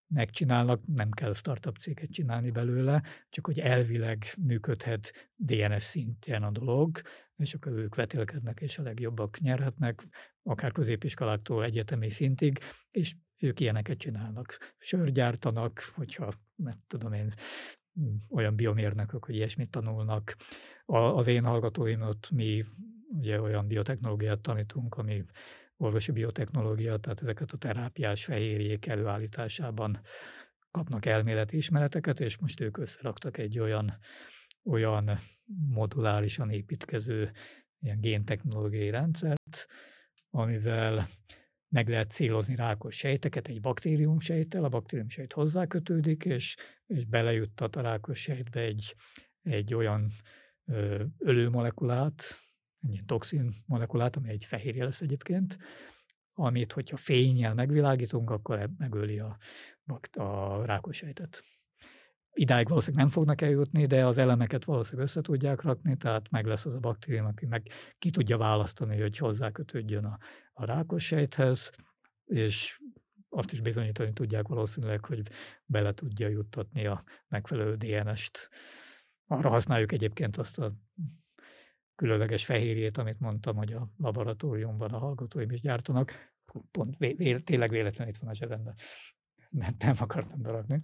megcsinálnak, nem kell startup céget csinálni belőle, csak hogy elvileg működhet DNS szintjén a dolog, és akkor ők vetélkednek, és a legjobbak nyerhetnek, akár középiskoláktól egyetemi szintig, és ők ilyeneket csinálnak. Sört gyártanak, hogyha, nem tudom én, olyan biomérnökök, hogy ilyesmit tanulnak. Az én hallgatóimot mi ugye olyan biotechnológiát tanítunk, ami orvosi biotechnológia, tehát ezeket a terápiás fehérjék előállításában kapnak elméleti ismereteket, és most ők összeraktak egy olyan modulárisan építkező ilyen géntechnológiai rendszert, amivel meg lehet célozni rákos sejteket egy baktériumsejttel, a baktériumsejt hozzákötődik, és belejuttat a rákos sejtbe egy olyan ölőmolekulát, egy ilyen toxin molekulát, ami egy fehérje lesz egyébként, amit, hogyha fénnyel megvilágítunk, akkor megöli a rákos sejtet. Idáig valószínűleg nem fognak eljutni, de az elemeket valószínűleg össze tudják rakni, tehát meg lesz az a baktérium, aki meg ki tudja választani, hogy hozzákötődjön a rákos sejthez, és azt is bizonyítani tudják valószínűleg, hogy bele tudja juttatni a megfelelő DNS-t. Arra használjuk egyébként azt a különleges fehérjét, amit mondtam, hogy a laboratóriumban a hallgatóim is gyártanak. Pont tényleg véletlenül itt van a zsebemben, mert nem akartam berakni.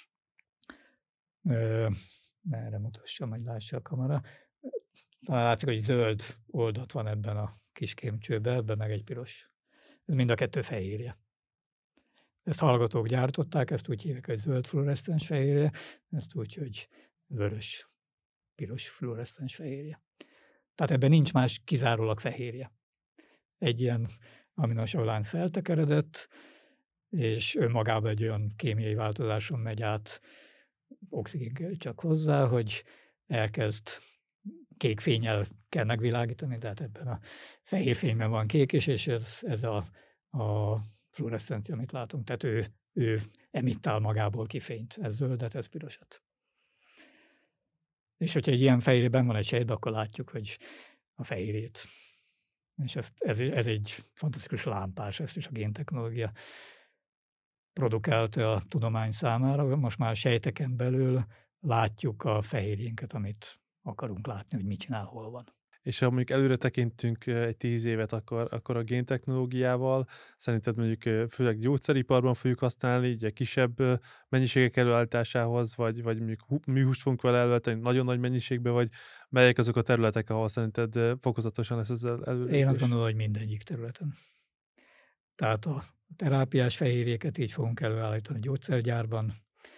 Erre mutassam, hogy lássa a kamera. Talán látszik, hogy zöld oldat van ebben a kis kémcsőben, ebben meg egy piros. Ez mind a kettő fehérje. Ezt hallgatók gyártották, ezt úgy hívják, hogy zöld fluoreszcens fehérje, ezt úgy, hogy vörös-piros fluoreszcens fehérje. Tehát ebben nincs más, kizárólag fehérje. Egy ilyen aminosav-lánc feltekeredett, és önmagában egy olyan kémiai változáson megy át, oxigén kell csak hozzá, hogy elkezd kék fénnyel kell megvilágítani, tehát ebben a fehér fényben van kék is, és ez a fluoreszcencia, amit látunk. Tehát ő emittál magából kifényt. Ez zöldet, ez pirosat. És hogyha egy ilyen fehérjében van egy sejtben, akkor látjuk, hogy a fehérjét. És ez egy fantasztikus lámpás, ezt is a géntechnológia produkálta a tudomány számára. Most már a sejteken belül látjuk a fehérjénket, amit akarunk látni, hogy mit csinál, hol van. És ha mondjuk előre tekintünk egy 10 évet, akkor a géntechnológiával szerinted mondjuk főleg gyógyszeriparban fogjuk használni, ugye kisebb mennyiségek előállításához, vagy mondjuk műhúst fogunk vele előállítani nagyon nagy mennyiségbe, vagy melyek azok a területek, ahol szerinted fokozatosan lesz ezzel előrelépés? Én azt gondolom, hogy mindegyik területen. Tehát a terápiás fehérjéket így fogunk előállítani gyógyszergyárban.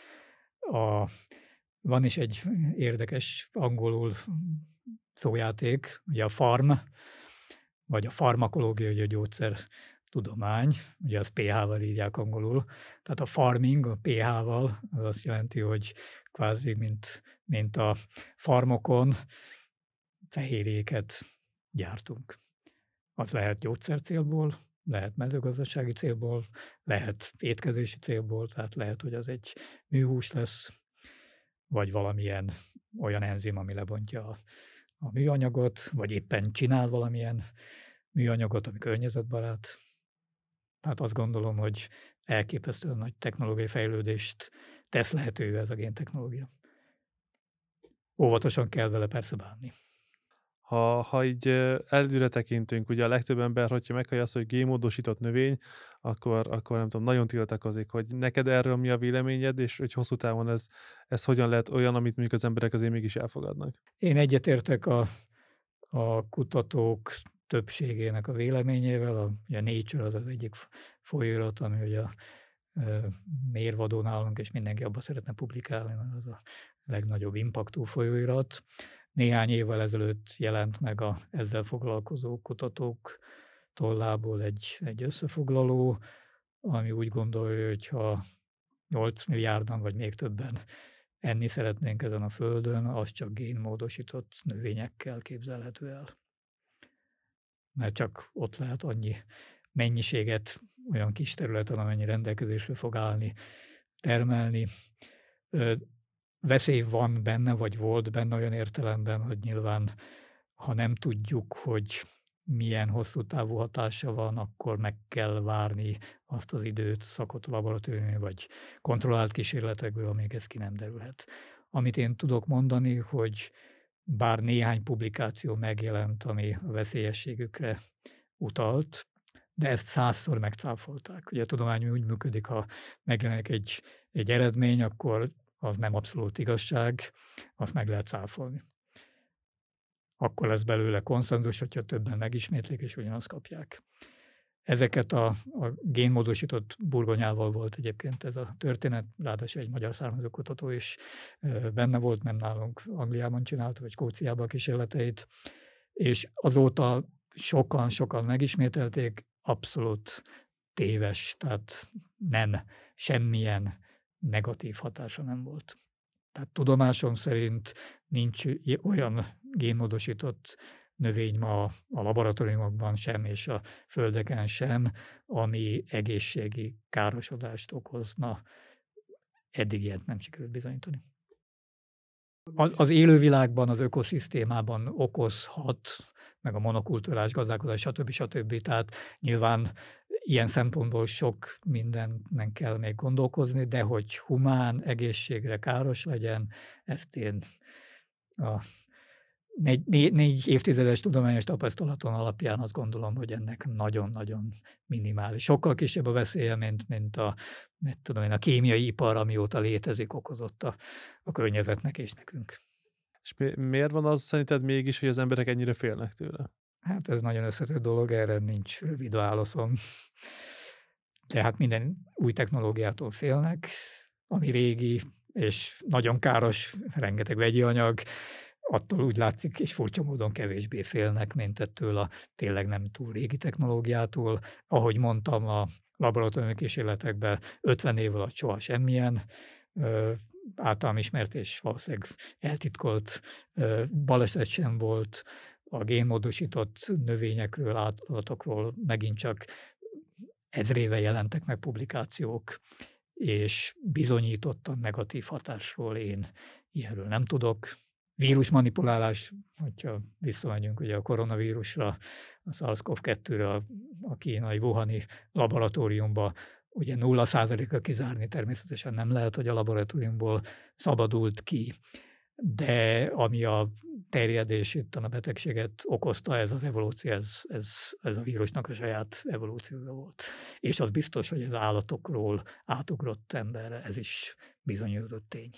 Van is egy érdekes angolul szójáték, ugye a farm, vagy a farmakológia, ugye a gyógyszertudomány, ugye az PH-val írják angolul. Tehát a farming, a PH-val, az azt jelenti, hogy kvázi mint a farmokon fehérjéket gyártunk. Az lehet gyógyszer célból, lehet mezőgazdasági célból, lehet étkezési célból, tehát lehet, hogy az egy műhús lesz, vagy valamilyen olyan enzim, ami lebontja a műanyagot, vagy éppen csinál valamilyen műanyagot, ami környezetbarát. Tehát azt gondolom, hogy elképesztően nagy technológiai fejlődést tesz lehetővé ez a géntechnológia. Óvatosan kell vele persze bánni. Ha így előre tekintünk, ugye a legtöbb ember, hogyha meghallja azt, hogy génmódosított növény, akkor nem tudom, nagyon tiltakozik, hogy neked erről mi a véleményed, és hogy hosszú távon ez hogyan lehet olyan, amit mondjuk az emberek azért mégis elfogadnak. Én egyetértek a kutatók többségének a véleményével. Ugye a Nature az egyik folyóirat, ami ugye mérvadó nálunk, és mindenki abba szeretne publikálni, mert az a legnagyobb impaktú folyóirat. Néhány évvel ezelőtt jelent meg ezzel foglalkozó kutatók tollából egy összefoglaló, ami úgy gondolja, hogy ha 8 milliárdan vagy még többen enni szeretnénk ezen a földön, az csak génmódosított növényekkel képzelhető el. Mert csak ott lehet annyi mennyiséget olyan kis területen, amennyi rendelkezésre fog állni, termelni. Veszély van benne, vagy volt benne olyan értelemben, hogy nyilván, ha nem tudjuk, hogy milyen hosszú távú hatása van, akkor meg kell várni azt az időt szakott laboratóriumi vagy kontrollált kísérletekből, amíg ez ki nem derülhet. Amit én tudok mondani, hogy bár néhány publikáció megjelent, ami a veszélyességükre utalt, de ezt 100-szor megcáfolták. Ugye a tudomány úgy működik, ha megjelenik egy eredmény, akkor az nem abszolút igazság, azt meg lehet cáfolni. Akkor lesz belőle konszenzus, hogyha többen megismétlik, és ugyanazt kapják. Ezeket a génmódosított burgonyával volt egyébként ez a történet, ráadásul egy magyar származú kutató is benne volt, nem nálunk Angliában csinálta, vagy Skóciában a kísérleteit, és azóta sokan megismételték, abszolút téves, tehát nem, semmilyen negatív hatása nem volt. Tehát tudomásom szerint nincs olyan génmódosított növény ma a laboratóriumokban sem, és a földeken sem, ami egészségi károsodást okozna. Eddig ilyet nem sikerült bizonyítani. Az élővilágban, az ökoszisztémában okozhat, meg a monokultúrás gazdálkodás, stb. Tehát nyilván ilyen szempontból sok mindenen kell még gondolkozni, de hogy humán egészségre káros legyen, ezt én a 4 évtizedes tudományos tapasztalaton alapján azt gondolom, hogy ennek nagyon-nagyon minimális. Sokkal kisebb a veszélye, mint a kémiai ipar, amióta létezik, okozott a környezetnek és nekünk. És miért van az szerinted mégis, hogy az emberek ennyire félnek tőle? Hát ez nagyon összetett dolog, erre nincs rövid válaszom. Tehát minden új technológiától félnek, ami régi és nagyon káros, rengeteg vegyi anyag, attól úgy látszik, és furcsa módon kevésbé félnek, mint ettől a tényleg nem túl régi technológiától. Ahogy mondtam, a laboratóriumi kísérletekben 50 év alatt soha semmilyen általam ismert és valószínűleg eltitkolt baleset sem volt. A génmódosított növényekről, állatokról megint csak ezrével jelentek meg publikációk, és bizonyítottan negatív hatásról én ilyenről nem tudok. Vírusmanipulálás, hogyha visszamegyünk ugye a koronavírusra, a SARS-CoV-2-re, a kínai Wuhani laboratóriumba, ugye 0%-ra kizárni természetesen nem lehet, hogy a laboratóriumból szabadult ki, de ami a terjedését, a betegséget okozta, ez az evolúció, ez a vírusnak a saját evolúciója volt. És az biztos, hogy az állatokról átugrott emberre, ez is bizonyított tény.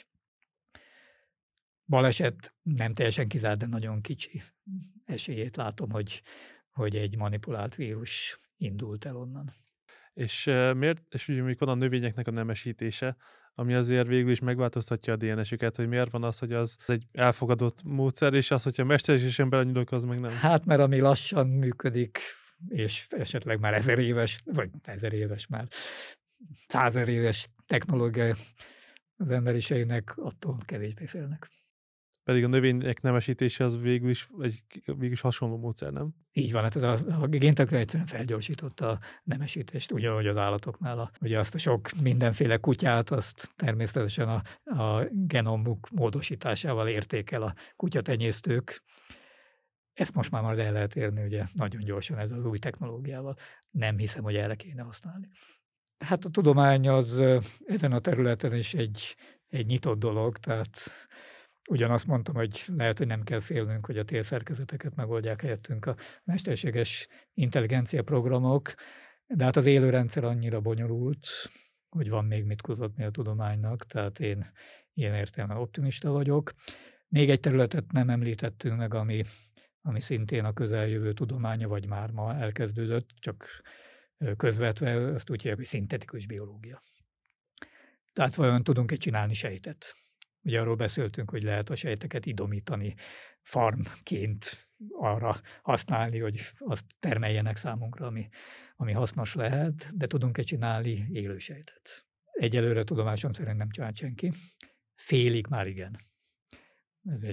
Baleset nem teljesen kizárt, de nagyon kicsi esélyét látom, hogy egy manipulált vírus indult el onnan. És miért, és ugye mikor a növényeknek a nemesítése, ami azért végül is megváltoztatja a DNS-üket, hogy miért van az, hogy az egy elfogadott módszer, és az, hogyha mesterségesen belenyúlok, az meg nem. Hát mert ami lassan működik, és esetleg már 1000 éves, vagy 1000 éves már, 100 éves technológia az emberiségnek, attól kevésbé félnek. Pedig a növények nemesítése az végül is hasonló módszer, nem? Így van, hát a géntechnika egyszerűen felgyorsította a nemesítést, ugyanúgy az állatoknál. Ugye azt a sok mindenféle kutyát, azt természetesen a genomuk módosításával érték el a kutyatenyésztők. Ezt most már el lehet érni, ugye nagyon gyorsan ez az új technológiával. Nem hiszem, hogy erre kéne használni. Hát a tudomány az ezen a területen is egy nyitott dolog, tehát ugyanazt mondtam, hogy lehet, hogy nem kell félnünk, hogy a térszerkezeteket megoldják helyettünk a mesterséges intelligencia programok, de hát az élőrendszer annyira bonyolult, hogy van még mit kutatni a tudománynak, tehát én ilyen értelemben optimista vagyok. Még egy területet nem említettünk meg, ami szintén a közeljövő tudománya, vagy már ma elkezdődött, csak közvetve ezt úgy hívják, hogy szintetikus biológia. Tehát vajon tudunk-e csinálni sejtet? Ugye arról beszéltünk, hogy lehet a sejteket idomítani, farmként arra használni, hogy azt termeljenek számunkra, ami hasznos lehet, de tudunk-e csinálni élősejtet? Egyelőre tudomásom szerint nem csinált senki. Félig már igen. Ez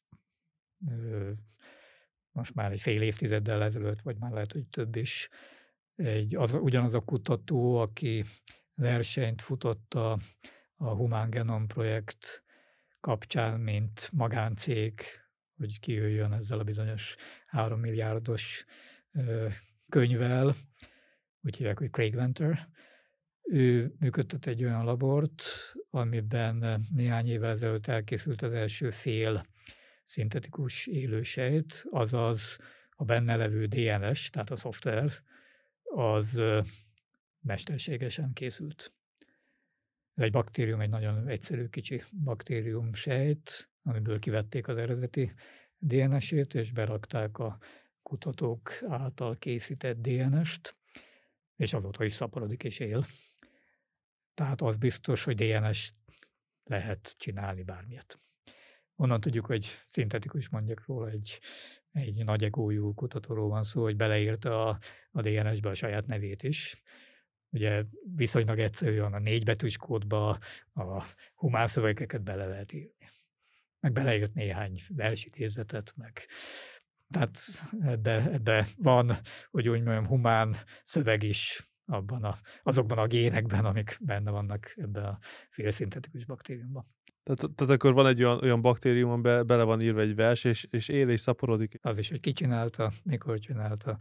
most már egy fél évtizeddel ezelőtt, vagy már lehet, hogy több is, ugyanaz a kutató, aki versenyt futott a Human Genome projekt kapcsán, mint magáncég, hogy kijöjjön ezzel a bizonyos 3 milliárdos könyvel, úgy hívják, hogy Craig Venter. Ő működtet egy olyan labort, amiben néhány évvel ezelőtt elkészült az első fél szintetikus élősejt, azaz a benne levő DNS, tehát a szoftver, az mesterségesen készült. Ez egy baktérium, egy nagyon egyszerű kicsi baktérium sejt, amiből kivették az eredeti DNS-ét, és berakták a kutatók által készített DNS-t, és azóta is szaporodik és él. Tehát az biztos, hogy DNS lehet csinálni bármilyet. Onnan tudjuk, hogy szintetikus, mondjak róla, egy nagy egójú kutatóról van szó, hogy beleírta a DNS-be a saját nevét is. Ugye viszonylag egyszerűen a 4 betűs kódba a humán szövegeket bele lehet írni. Meg beleírt néhány versidézetet, meg tehát ebbe van, hogy úgy mondjam, humán szöveg is azokban a génekben, amik benne vannak ebben a félszintetikus baktériumban. Tehát akkor van egy olyan baktérium, amiben bele van írva egy vers, és él és szaporodik. Az is, hogy ki csinálta, mikor csinálta.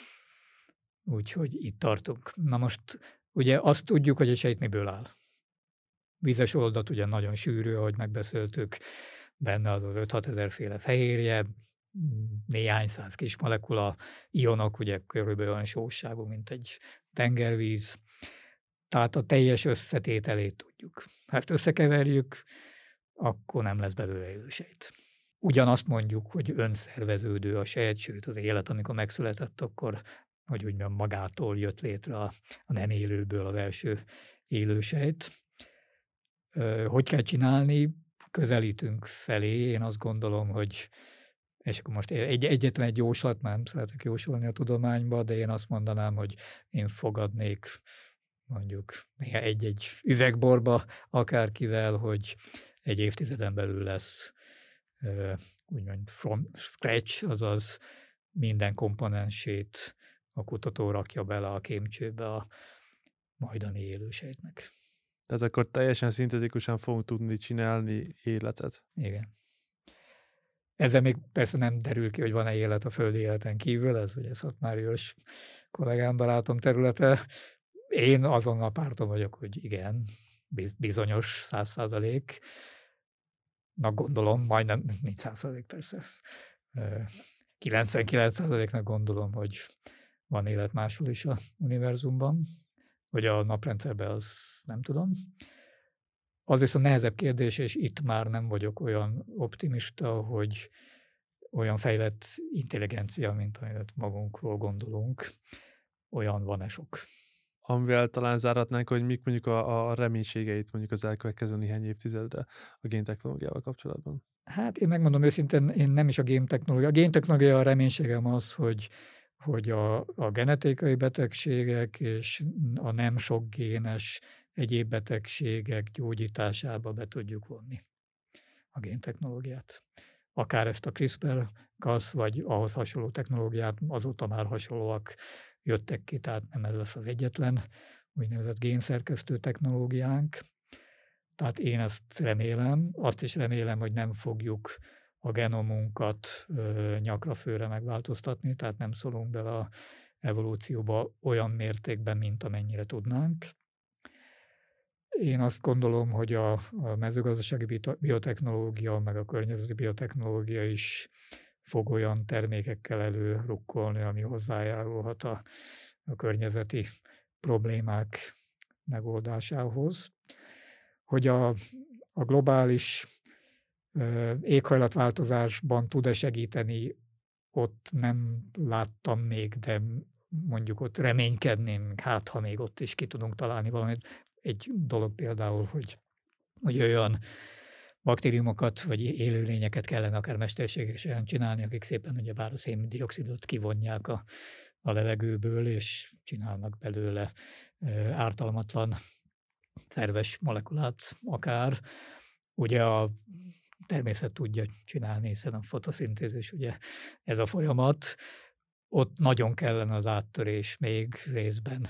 Úgyhogy itt tartunk. Na most ugye azt tudjuk, hogy a sejt miből áll. Vízes oldat ugye nagyon sűrű, ahogy megbeszéltük, benne az 5-6 ezerféle fehérje, néhány száz kis molekula, ionok, ugye körülbelül olyan sósságú, mint egy tengervíz. Tehát a teljes összetételét tudjuk. Ha ezt összekeverjük, akkor nem lesz belőle élősejt. Ugyanazt mondjuk, hogy önszerveződő a sejt, sőt az élet, amikor megszületett, akkor, hogy úgy mondjam, magától jött létre a nem élőből az első élősejt. Hogy kell csinálni? Közelítünk felé. Én azt gondolom, hogy és akkor most egyetlen egy jóslat, már nem szeretek jósolni a tudományba, de én azt mondanám, hogy én fogadnék mondjuk egy üvegborba akárkivel, hogy egy évtizeden belül lesz úgymond from scratch, azaz minden komponensét a kutató rakja bele a kémcsőbe a majdani élősejtnek. Tehát akkor teljesen szintetikusan fogunk tudni csinálni életet. Igen. Ezzel még persze nem derül ki, hogy van-e élet a földi életen kívül, ez ugye Szatmári Ős kollégám, barátom területe. Én azon a párton vagyok, hogy igen, bizonyos 100%-nak gondolom, majdnem, nincs 100% persze, 99%-nak gondolom, hogy van élet máshol is a univerzumban, vagy a naprendszerben, az nem tudom. Az viszont nehezebb kérdés, és itt már nem vagyok olyan optimista, hogy olyan fejlett intelligencia, mint amit magunkról gondolunk, olyan van-e sok. Amivel talán záratnánk, hogy mik mondjuk a reménységeit mondjuk az elkövetkező néhány évtizedre a géntechnológiával kapcsolatban. Hát én megmondom őszintén, én nem is a géntechnológia. A géntechnológia a reménységem az, hogy a genetikai betegségek és a nem sok génes egyéb betegségek gyógyításába be tudjuk vonni a géntechnológiát. Akár ezt a CRISPR-Cas, vagy ahhoz hasonló technológiát, azóta már hasonlóak jöttek ki, tehát nem ez lesz az egyetlen úgynevezett génszerkesztő technológiánk. Tehát én ezt remélem, azt is remélem, hogy nem fogjuk a genomunkat nyakra-főre megváltoztatni, tehát nem szólunk bele az evolúcióba olyan mértékben, mint amennyire tudnánk. Én azt gondolom, hogy a mezőgazdasági biotechnológia, meg a környezeti biotechnológia is fog olyan termékekkel előrukkolni, ami hozzájárulhat a környezeti problémák megoldásához. Hogy a globális éghajlatváltozásban tud-e segíteni, ott nem láttam még, de mondjuk ott reménykedném, hát ha még ott is ki tudunk találni valamit. Egy dolog például, hogy olyan baktériumokat vagy élőlényeket kellene akár mesterségesen csinálni, akik szépen ugyebár a széndioxidot kivonják a levegőből, és csinálnak belőle ártalmatlan szerves molekulát akár. Ugye a természet tudja csinálni, hiszen a fotoszintézis ugye ez a folyamat. Ott nagyon kellene az áttörés még részben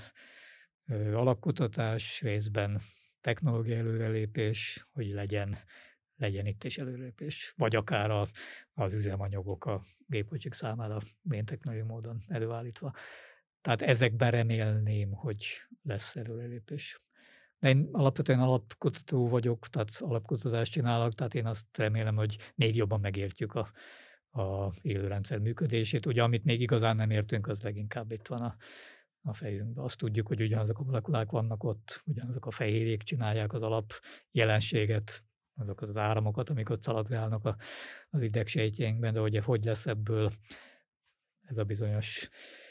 alapkutatás, részben technológiai előrelépés, hogy legyen legyen itt is előrelépés. Vagy akár az üzemanyagok a gépkocsik számára géntechnológiai módon előállítva. Tehát ezekben remélném, hogy lesz előrelépés. De én alapvetően alapkutató vagyok, tehát alapkutatást csinálok, tehát én azt remélem, hogy még jobban megértjük a élőrendszer működését. Ugye, amit még igazán nem értünk, az leginkább itt van a fejünkben. Azt tudjuk, hogy ugyanazok a molekulák vannak ott, ugyanazok a fehérjék csinálják az alap jelenséget, azokat az áramokat, amik ott szaladgálnak az idegsejtjeinkben, de hogy lesz ebből ez a bizonyos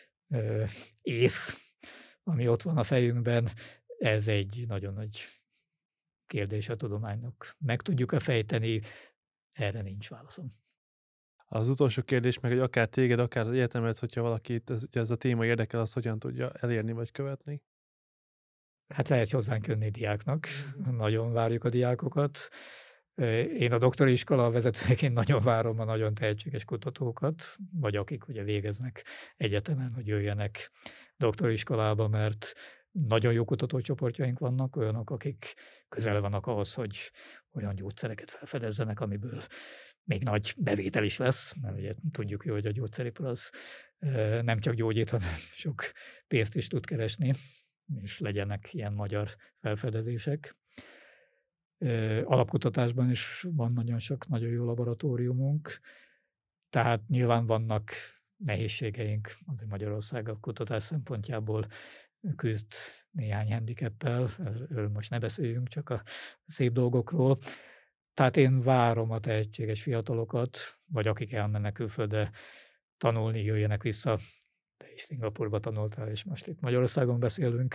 ész, ami ott van a fejünkben, ez egy nagyon nagy kérdés a tudománynak. Meg tudjuk-e fejteni? Erre nincs válaszom. Az utolsó kérdés meg, hogy akár téged, akár az egyetemet, hogyha valakit ez a téma érdekel, az hogyan tudja elérni vagy követni? Hát lehet hozzánk jönni diáknak, nagyon várjuk a diákokat. Én a doktori iskola vezetőjeként nagyon várom a nagyon tehetséges kutatókat, vagy akik ugye végeznek egyetemen, hogy jöjjenek doktori iskolába, mert nagyon jó kutatócsoportjaink vannak, olyanok, akik közel vannak ahhoz, hogy olyan gyógyszereket felfedezzenek, amiből még nagy bevétel is lesz, mert ugye tudjuk jó, hogy a gyógyszeripar az nem csak gyógyít, hanem sok pénzt is tud keresni, és legyenek ilyen magyar felfedezések. Alapkutatásban is van nagyon sok nagyon jó laboratóriumunk, tehát nyilván vannak nehézségeink, azért Magyarország a kutatás szempontjából küzd néhány handicappel, erről most ne beszéljünk, csak a szép dolgokról. Tehát én várom a tehetséges fiatalokat, vagy akik elmennek külföldre tanulni, jöjjenek vissza. Te is Szingapurba tanultál, és most itt Magyarországon beszélünk,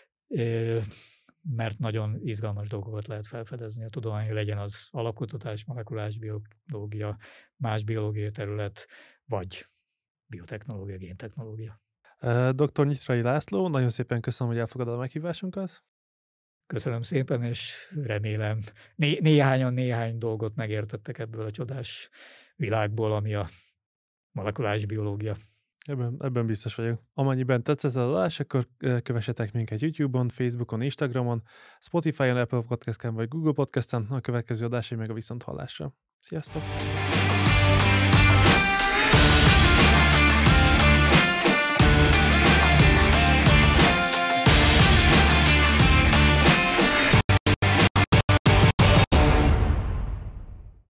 mert nagyon izgalmas dolgokat lehet felfedezni a tudomány, legyen az alapkutatás, molekulás biológia, más biológiai terület, vagy biotechnológia, géntechnológia. Dr. Nyitrai László, nagyon szépen köszönöm, hogy elfogadod a meghívásunkat. Köszönöm szépen, és remélem néhány dolgot megértettek ebből a csodás világból, ami a molekuláris biológia. Ebben biztos vagyok. Amennyiben tetszett az adás, akkor kövessetek minket YouTube-on, Facebookon, Instagramon, Spotify-on, Apple Podcast-en vagy Google Podcast-en, a következő adásai meg a viszonthallásra. Sziasztok!